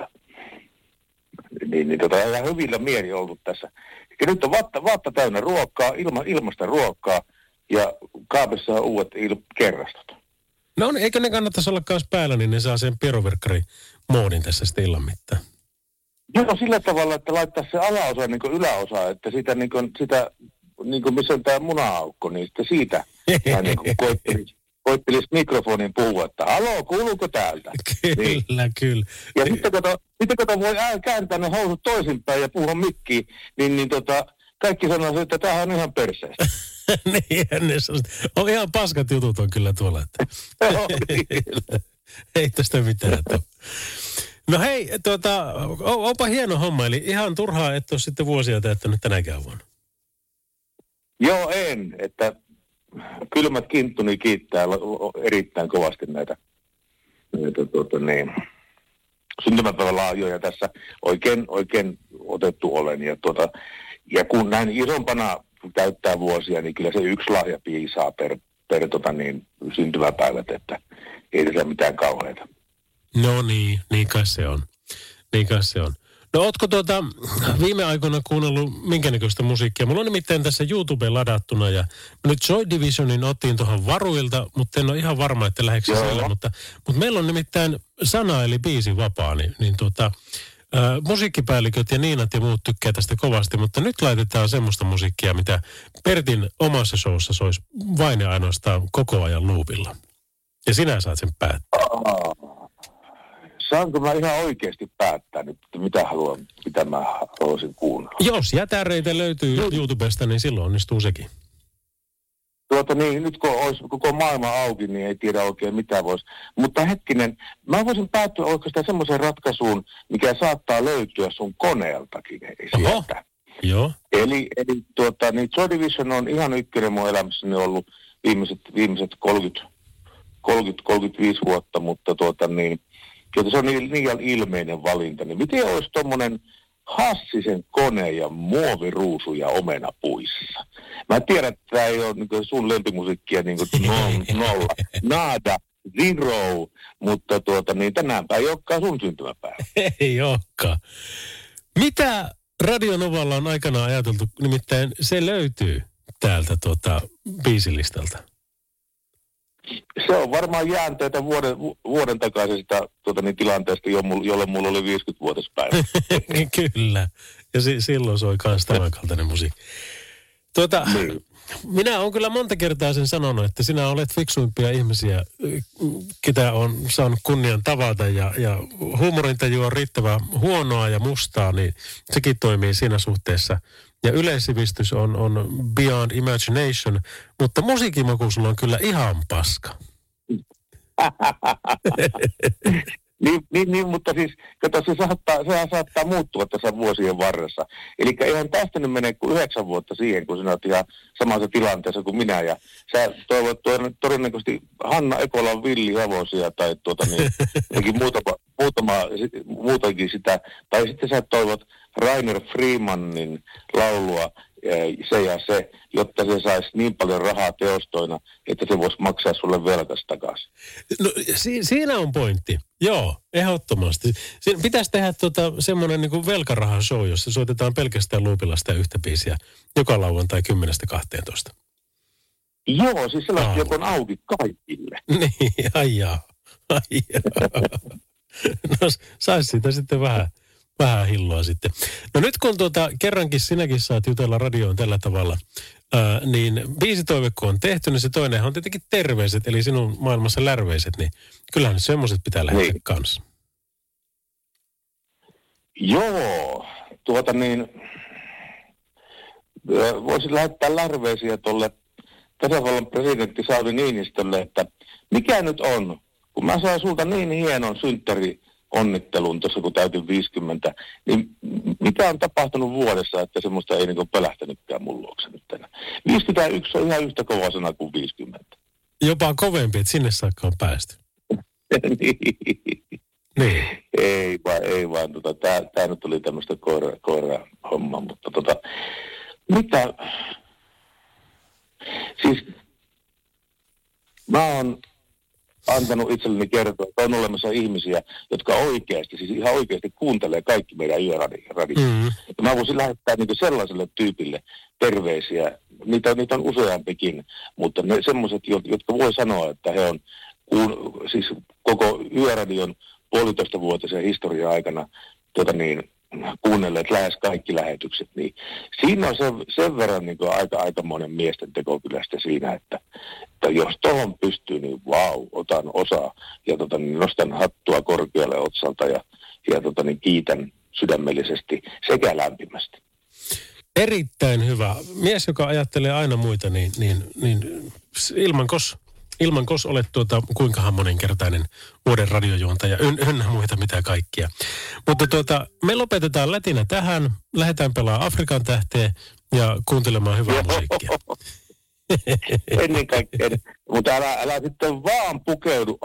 ihan hyvillä mieli ollut tässä. Ja nyt on vatta täynnä ruokaa, ilmasta ruokaa ja kaapissa on uudet kerrastot. No niin, eikö ne kannattaisi olla myös päällä, niin ne saa sen pieroverkkari-moodin tässä sitten illan mittaan? Joo, sillä tavalla, että laittaa se alaosa niin kuin yläosa, että sitä missä on tämä muna-aukko, niin sitten siitä niin koittelisi mikrofonin puhua, että haloo, kuuluuko täältä? Kyllä, niin. Kyllä. Ja sitten kun voi kääntää ne housut toisinpäin ja puhua mikkiin, niin kaikki sanoo, että tämähän on ihan perseestä. Niin, ne on ihan paskat jutut on kyllä tuolla, että ei tästä mitään tule. No hei, onpa hieno homma, eli ihan turhaa et ole sitten vuosia täyttänyt tänäkään vuonna. Joo, että kylmät kinttuni kiittää erittäin kovasti näitä syntymäpäivälahjoja tässä oikein otettu olen. Ja kun näin isompana täyttää vuosia, niin kyllä se yksi lahja piisaa per syntymäpäivät, että ei tässä mitään kauheita. No niin kai se on. No ootko viime aikoina kuunnellut minkä näköistä musiikkia? Mulla on nimittäin tässä YouTubeen ladattuna ja nyt Joy Divisionin otin tuohon varuilta, mutta en ole ihan varma, että lähdekö siellä. Mutta meillä on nimittäin sana eli biisi vapaa, niin musiikkipäälliköt ja Niinat ja muut tykkää tästä kovasti, mutta nyt laitetaan semmoista musiikkia, mitä Pertin omassa showssa soisi vain ja ainoastaan koko ajan loopilla. Ja sinä saat sen päättää. Saanko mä ihan oikeasti päättää nyt, mitä mä haluaisin kuunnella? Jos jätäreitä löytyy YouTubesta, niin silloin onnistuu sekin. Nyt kun olisi koko maailma auki, niin ei tiedä oikein mitä voisi. Mutta hetkinen, mä voisin päättyä oikeastaan semmoiseen ratkaisuun, mikä saattaa löytyä sun koneeltakin sieltä. Joo. Eli Joy Division on ihan ykkönen mun elämässäni ollut viimeiset 30-35 vuotta, mutta se on niin ilmeinen valinta, niin miten olisi tommonen Hassisen kone ja muoviruusuja omenapuissa? Mä tiedän, että tämä ei ole niin sun lempimusiikkia nolla, nada, zero, mutta tänäänpä ei olekaan sun syntymäpäivä. Ei olekaan. Mitä Radio Novalla on aikanaan ajateltu? Nimittäin se löytyy täältä biisilistalta. Se on varmaan jäänteitä vuoden takaisin tilanteesta, jolle mulla oli 50-vuotispäivä. Kyllä. Ja silloin soi myös tämän kaltainen musiikki. Minä olen kyllä monta kertaa sen sanonut, että sinä olet fiksuimpia ihmisiä, ketä on saanut kunnian tavata. Ja huumorintaju on riittävän huonoa ja mustaa, niin sekin toimii siinä suhteessa. Ja yleissivistys on beyond imagination, mutta musiikkimaku sulla on kyllä ihan paska. Niin, mutta siis, kato, sehän saattaa muuttua tässä vuosien varressa. Eli eihän tästä nyt mene kuin 9 vuotta siihen, kun sinä olet ihan samassa tilanteessa kuin minä. Ja sä toivot todennäköisesti Hanna Ekolan villihevosia tai jotenkin muutenkin sitä, tai sitten sä toivot Rainer Freemanin laulua se ja se, jotta se saisi niin paljon rahaa teostoina, että se voisi maksaa sulle velkas takaisin. No, siinä on pointti. Joo, ehdottomasti. Siinä pitäisi tehdä semmoinen niin kuin velkarahashow, jossa soitetaan pelkästään luupilla sitä yhtä biisiä joka lauantai 10-12. Joo, siis sellaista, joka on auki kaikille. Niin, ai jaa. No, saisi siitä sitten vähän hilloa sitten. No nyt kun kerrankin sinäkin saat jutella radioon tällä tavalla, niin biisitoive kun on tehty, niin se toinen on tietenkin terveiset, eli sinun maailmassa lärveiset, niin kyllähän semmoiset pitää lähettää kanssa. Joo, voisin lähettää lärveisiä tuolle tasavallan presidentti Sauli Niinistölle, että mikä nyt on, kun mä saan sulta niin hienon synttärionnittelun tuossa kun täytin 50, niin mitä on tapahtunut vuodessa, että semmoista ei niin pelähtänytkään mun luokse nyt enää. 51 on ihan yhtä kova sana kuin 50. Jopa kovempi, että sinne saakka on päästy. Niin. Ei vaan. Tää nyt oli tämmöistä koira-hommaa, mutta mitä? Siis mä oon antanut itselleni kertoa, että on olemassa ihmisiä, jotka oikeasti, siis ihan oikeasti kuuntelee kaikki meidän yöradioita. Mm-hmm. Mä voisin lähettää niin sellaiselle tyypille terveisiä, niitä on useampikin, mutta ne semmoiset, jotka voi sanoa, että he on siis koko yöradion 1,5-vuotisen historian aikana kuunnelleet lähes kaikki lähetykset, niin siinä on sen verran niin aikamoinen miesten teko kyllä sitten siinä, että jos tohon pystyy, niin vau, otan osaa ja nostan hattua korkealle otsalta ja kiitän sydämellisesti sekä lämpimästi. Erittäin hyvä. Mies, joka ajattelee aina muita, niin ilmankos olet kuinkahan moninkertainen vuoden radiojuontaja, ynnä muita mitä kaikkia. Mutta me lopetetaan lätinä tähän, lähdetään pelaamaan Afrikan tähteä ja kuuntelemaan hyvää musiikkia. Ennen kaikkea, mutta älä sitten vaan pukeudu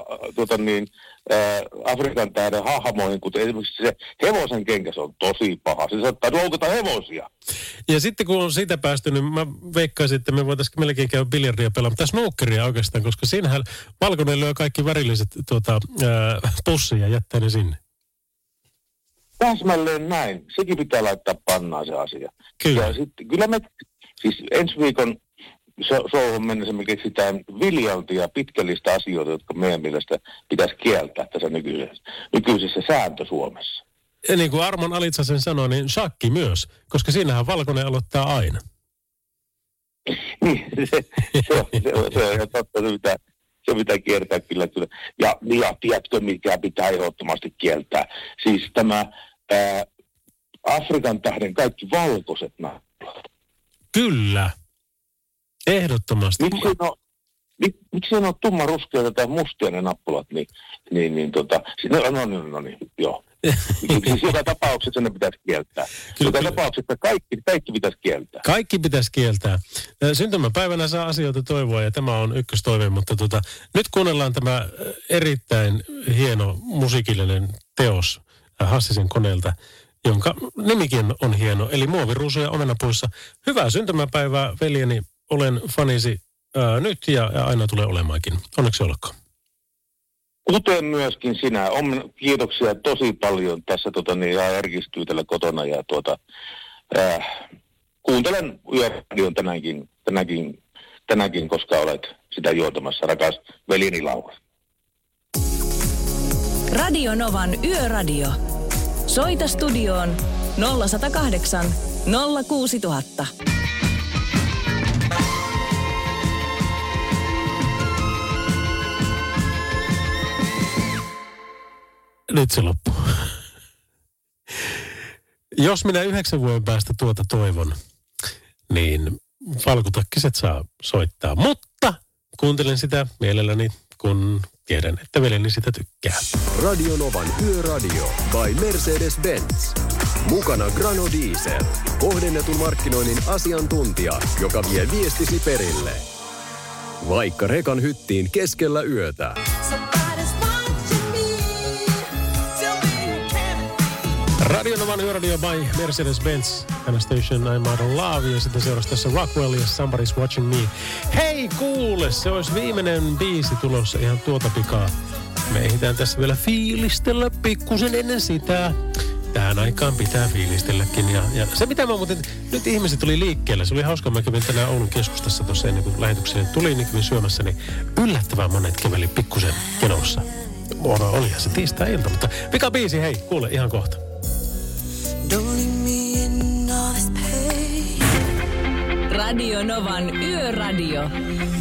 Afrikan tähden hahmoihin, kuten esimerkiksi se hevosen kenkä, se on tosi paha. Se saattaa loukata hevosia. Ja sitten kun on siitä päästy, niin mä veikkaisin, että me voitaisiin melkein käydä biljardia pelaamaan. Tai snookeria oikeastaan, koska siinähän valkoinen lyö kaikki värilliset pussia ja jättää ne sinne. Täsmälleen näin. Sekin pitää laittaa pannaan se asia. Kyllä. Ja sitten, kyllä me, siis ensi viikon showhun mennessä me keksitään viljaltia pitkällistä asioita, jotka meidän mielestä pitäisi kieltää tässä nykyisessä sääntö Suomessa. Ja niin kuin Armon Alitsasen sanoi, niin shakki myös, koska siinähän valkoinen aloittaa aina. Niin, se on ihan totta, se pitää kiertää kyllä. Ja tiedätkö, mikä pitää ehdottomasti kieltää? Siis tämä Afrikan tähden kaikki valkoiset nappulat. Niin. Ehdottomasti. Miksi on tummaruskeita tai mustia ne nappulat, joo. Siis joka tapauksessa ne pitäisi kieltää. Joka tapauksessa kaikki pitäisi kieltää. Kaikki pitäisi kieltää. Syntymäpäivänä saa asioita toivoa ja tämä on ykköstoive, mutta nyt kuunnellaan tämä erittäin hieno musiikillinen teos Hassisen koneelta, jonka nimikin on hieno, eli Muoviruusuja omenapuissa. Hyvää syntymäpäivää, veljeni. Olen fanisi nyt ja aina tulee olemaankin. Onneksi olkoon. Kuten myöskin sinä. Kiitoksia tosi paljon tässä ja järkistyy tällä kotona ja kuuntelen yöradion tänäänkin, koska olet sitä juotamassa, rakas veljeni Laura. Radio Novan Yöradio. Soita studioon 0108 06000. Nyt se loppuu. Jos minä 9 vuoden päästä toivon, niin valkutakkiset saa soittaa. Mutta kuuntelen sitä mielelläni, kun tiedän, että veljeni sitä tykkää. Radio Novan Yöradio by Mercedes-Benz. Mukana Grano Diesel. Kohdennetun markkinoinnin asiantuntija, joka vie viestisi perille. Vaikka rekan hyttiin keskellä yötä. Yöradio by Mercedes-Benz, Anastasia, I'm Out of Love, ja sitten seurasi tässä Rockwell ja Somebody's Watching Me. Hei kuule, se olisi viimeinen biisi tulossa ihan tuota pikaa. Me ehditään tässä vielä fiilistellä pikkusen ennen sitä. Tähän aikaan pitää fiilistelläkin. Ja se mitä mä muuten, nyt ihmiset tuli liikkeelle. Se oli hauska, mä kävin tänään Oulun keskustassa tuossa ennen kuin lähetykseen tuli, niin kävin syömässä, niin yllättävän monet käveli pikkusen kenossa. Olihan se tiistai-ilta, mutta mikä biisi, hei, kuule ihan kohta. Radio Novan Yöradio.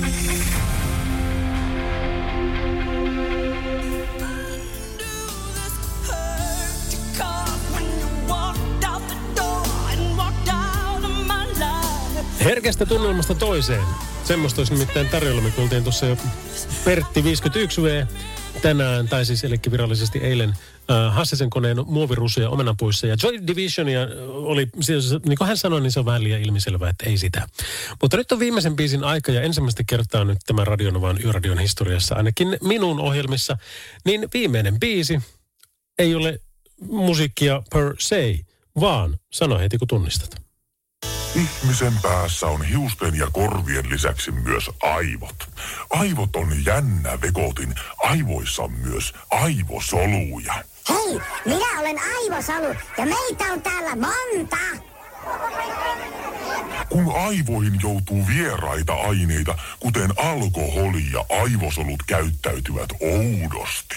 Herkästä tunnelmasta toiseen. Semmoista olisi nimittäin tarjolla. Me kuultiin tuossa jo Pertti 51V tänään, tai siis eli virallisesti eilen Hassisen koneen muovirusuja omenanpuissa. Ja Joy Divisionia oli, niin kuin hän sanoi, niin se on vähän liian ilmiselvää, että ei sitä. Mutta nyt on viimeisen biisin aika ja ensimmäistä kertaa nyt tämän Radio Novan Yöradion historiassa, ainakin minun ohjelmissa, niin viimeinen biisi ei ole musiikkia per se, vaan sano heti kun tunnistat. Ihmisen päässä on hiusten ja korvien lisäksi myös aivot. Aivot on jännä vekotin. Aivoissa on myös aivosoluja. Hei, minä olen aivosolu ja meitä on täällä monta. Kun aivoihin joutuu vieraita aineita, kuten alkoholi ja aivosolut käyttäytyvät oudosti.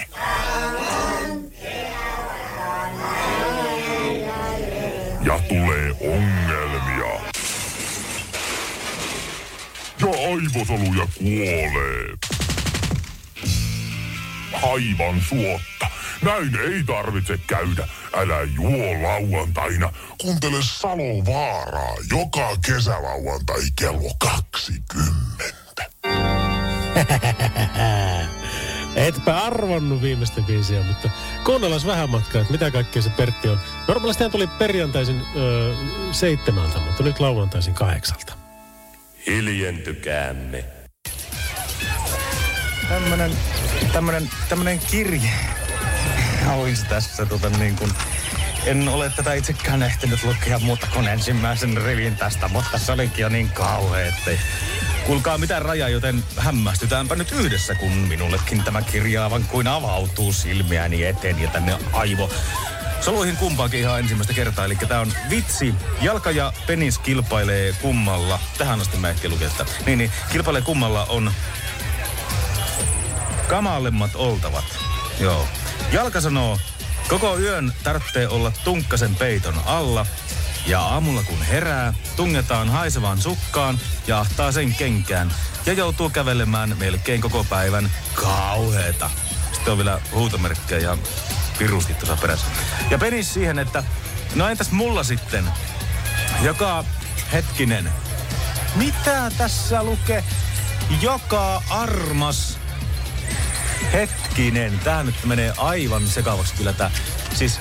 Ja tulee ongelmia. Ja aivosoluja kuolee. Aivan suotta. Näin ei tarvitse käydä. Älä juo lauantaina. Kuuntele Salovaaraa joka kesälauantai kello 20. Etpä arvannut viimeistä biisiä, mutta kuunnellaan vähän matkaa, että mitä kaikkea se Pertti on. Normaalisti hän tuli perjantaisin 7, mutta nyt lauantaisin 8. Hiljentykäämme. Tämmönen kirje. Olisi tässä niin kuin... En ole tätä itsekään ehtinyt lukea muuta kuin ensimmäisen rivin tästä, mutta se olikin jo niin kauhea, ettei... Kuulkaa mitään rajaa, joten hämmästytäänpä nyt yhdessä, kun minullekin tämä kirja aivan kuin avautuu silmiäni eteen ja tänne soluihin kumpaankin ihan ensimmäistä kertaa. Eli tää on vitsi. Jalka ja penis kilpailee kummalla. Tähän asti mä ehtin lukea sitä. Niin, kilpailee kummalla on kamalemmat oltavat. Joo. Jalka sanoo, koko yön tarvitsee olla tunkkasen peiton alla. Ja aamulla kun herää, tungetaan haisevaan sukkaan ja ahtaa sen kenkään. Ja joutuu kävelemään melkein koko päivän. Kauheeta. Sitten on vielä huutomerkkejä ja pirusti tuossa perässä. Ja penis siihen, että no entäs mulla sitten? Joka hetkinen. Mitä tässä lukee? Joka armas hetkinen. Tää nyt menee aivan sekavaksi kyllä tää. Siis...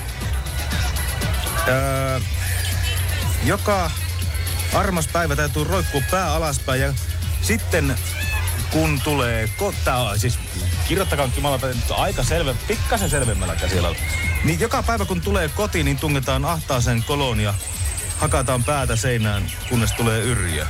joka armas päivä täytyy roikkua pää alaspäin ja sitten kun tulee siis kirjoittakaa aika selvä, pikkasen selvemmällä käsillä. Niin joka päivä kun tulee kotiin, niin tungetaan ahtaaseen koloon ja hakataan päätä seinään, kunnes tulee yrjö.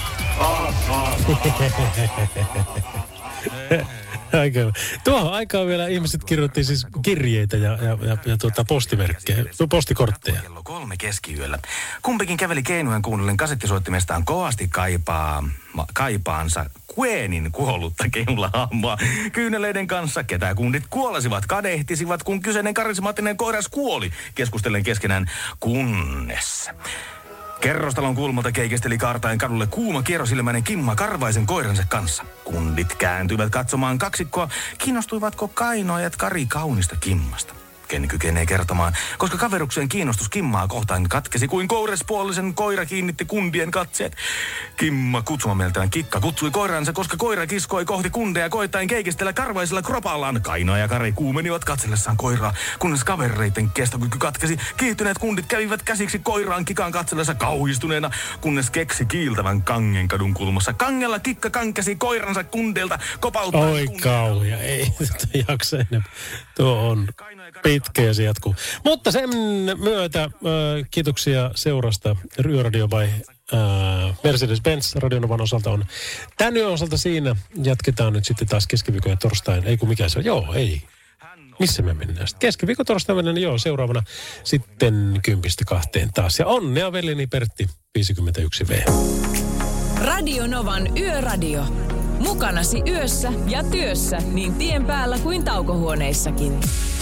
Tuohon aikaan vielä ihmiset kirjoitti siis kirjeitä ja postimerkkejä, postikortteja. Kello 3 keskiyöllä. Kumpikin käveli keinojen kuunnellen kasettisuottimestaan kovasti kaipaansa Queenin kuollutta keulahammua. Kyyneleiden kanssa ketä kundit kuolesivat, kadehtisivat, kun kyseinen karismaattinen koiras kuoli. Keskustellen keskenään kunnes... Kerrostalon kulmalta keikesteli kaartaen kadulle kuuma kierrosilmäinen Kimma karvaisen koiransa kanssa. Kundit kääntyivät katsomaan kaksikkoa, kiinnostuivatko kainoajat Kari kaunista Kimmasta. Ken kykenee kertomaan, koska kaverukseen kiinnostus Kimmaa kohtaan katkesi kuin kourespuolisen koira kiinnitti kundien katseet. Kimma kutsumameltään Kikka kutsui koiransa, koska koira kiskoi kohti kundeja koittaen keikistellä karvaisella kropallaan. Kainoa ja Kari kuumenivat katsellessaan koiraa, kunnes kavereiden kestokyky katkesi. Kiihtyneet kundit kävivät käsiksi koiraan Kikan katsellessa kauhistuneena, kunnes keksi kiiltävän Kangen kadun kulmassa. Kangella Kikka kankesi koiransa kundeilta kopauttaen. Oi kauhia, ei jaksa enemmän. Tuo on pitkä ja se jatkuu. Mutta sen myötä kiitoksia seurasta. Yöradio by Mercedes-Benz Radionovan osalta on tämän yön osalta siinä. Jatketaan nyt sitten taas keskiviikon ja torstain. Ei kun mikä se on? Joo, ei. Missä me mennään sitten? Keskiviikon torstain mennään, joo, seuraavana sitten 10-2 taas. Ja onnea veljeni Pertti 51V. Radionovan Yöradio. Mukanasi yössä ja työssä niin tien päällä kuin taukohuoneissakin.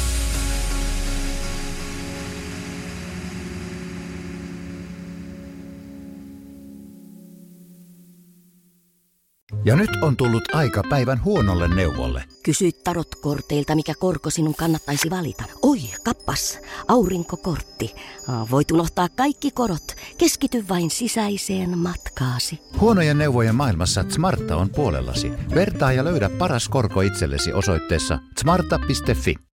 Ja nyt on tullut aika päivän huonolle neuvolle. Kysy tarotkorteilta, mikä korko sinun kannattaisi valita. Oi, kappas, aurinkokortti. Voit unohtaa kaikki korot. Keskity vain sisäiseen matkaasi. Huonojen neuvojen maailmassa Smarta on puolellasi. Vertaa ja löydä paras korko itsellesi osoitteessa smarta.fi.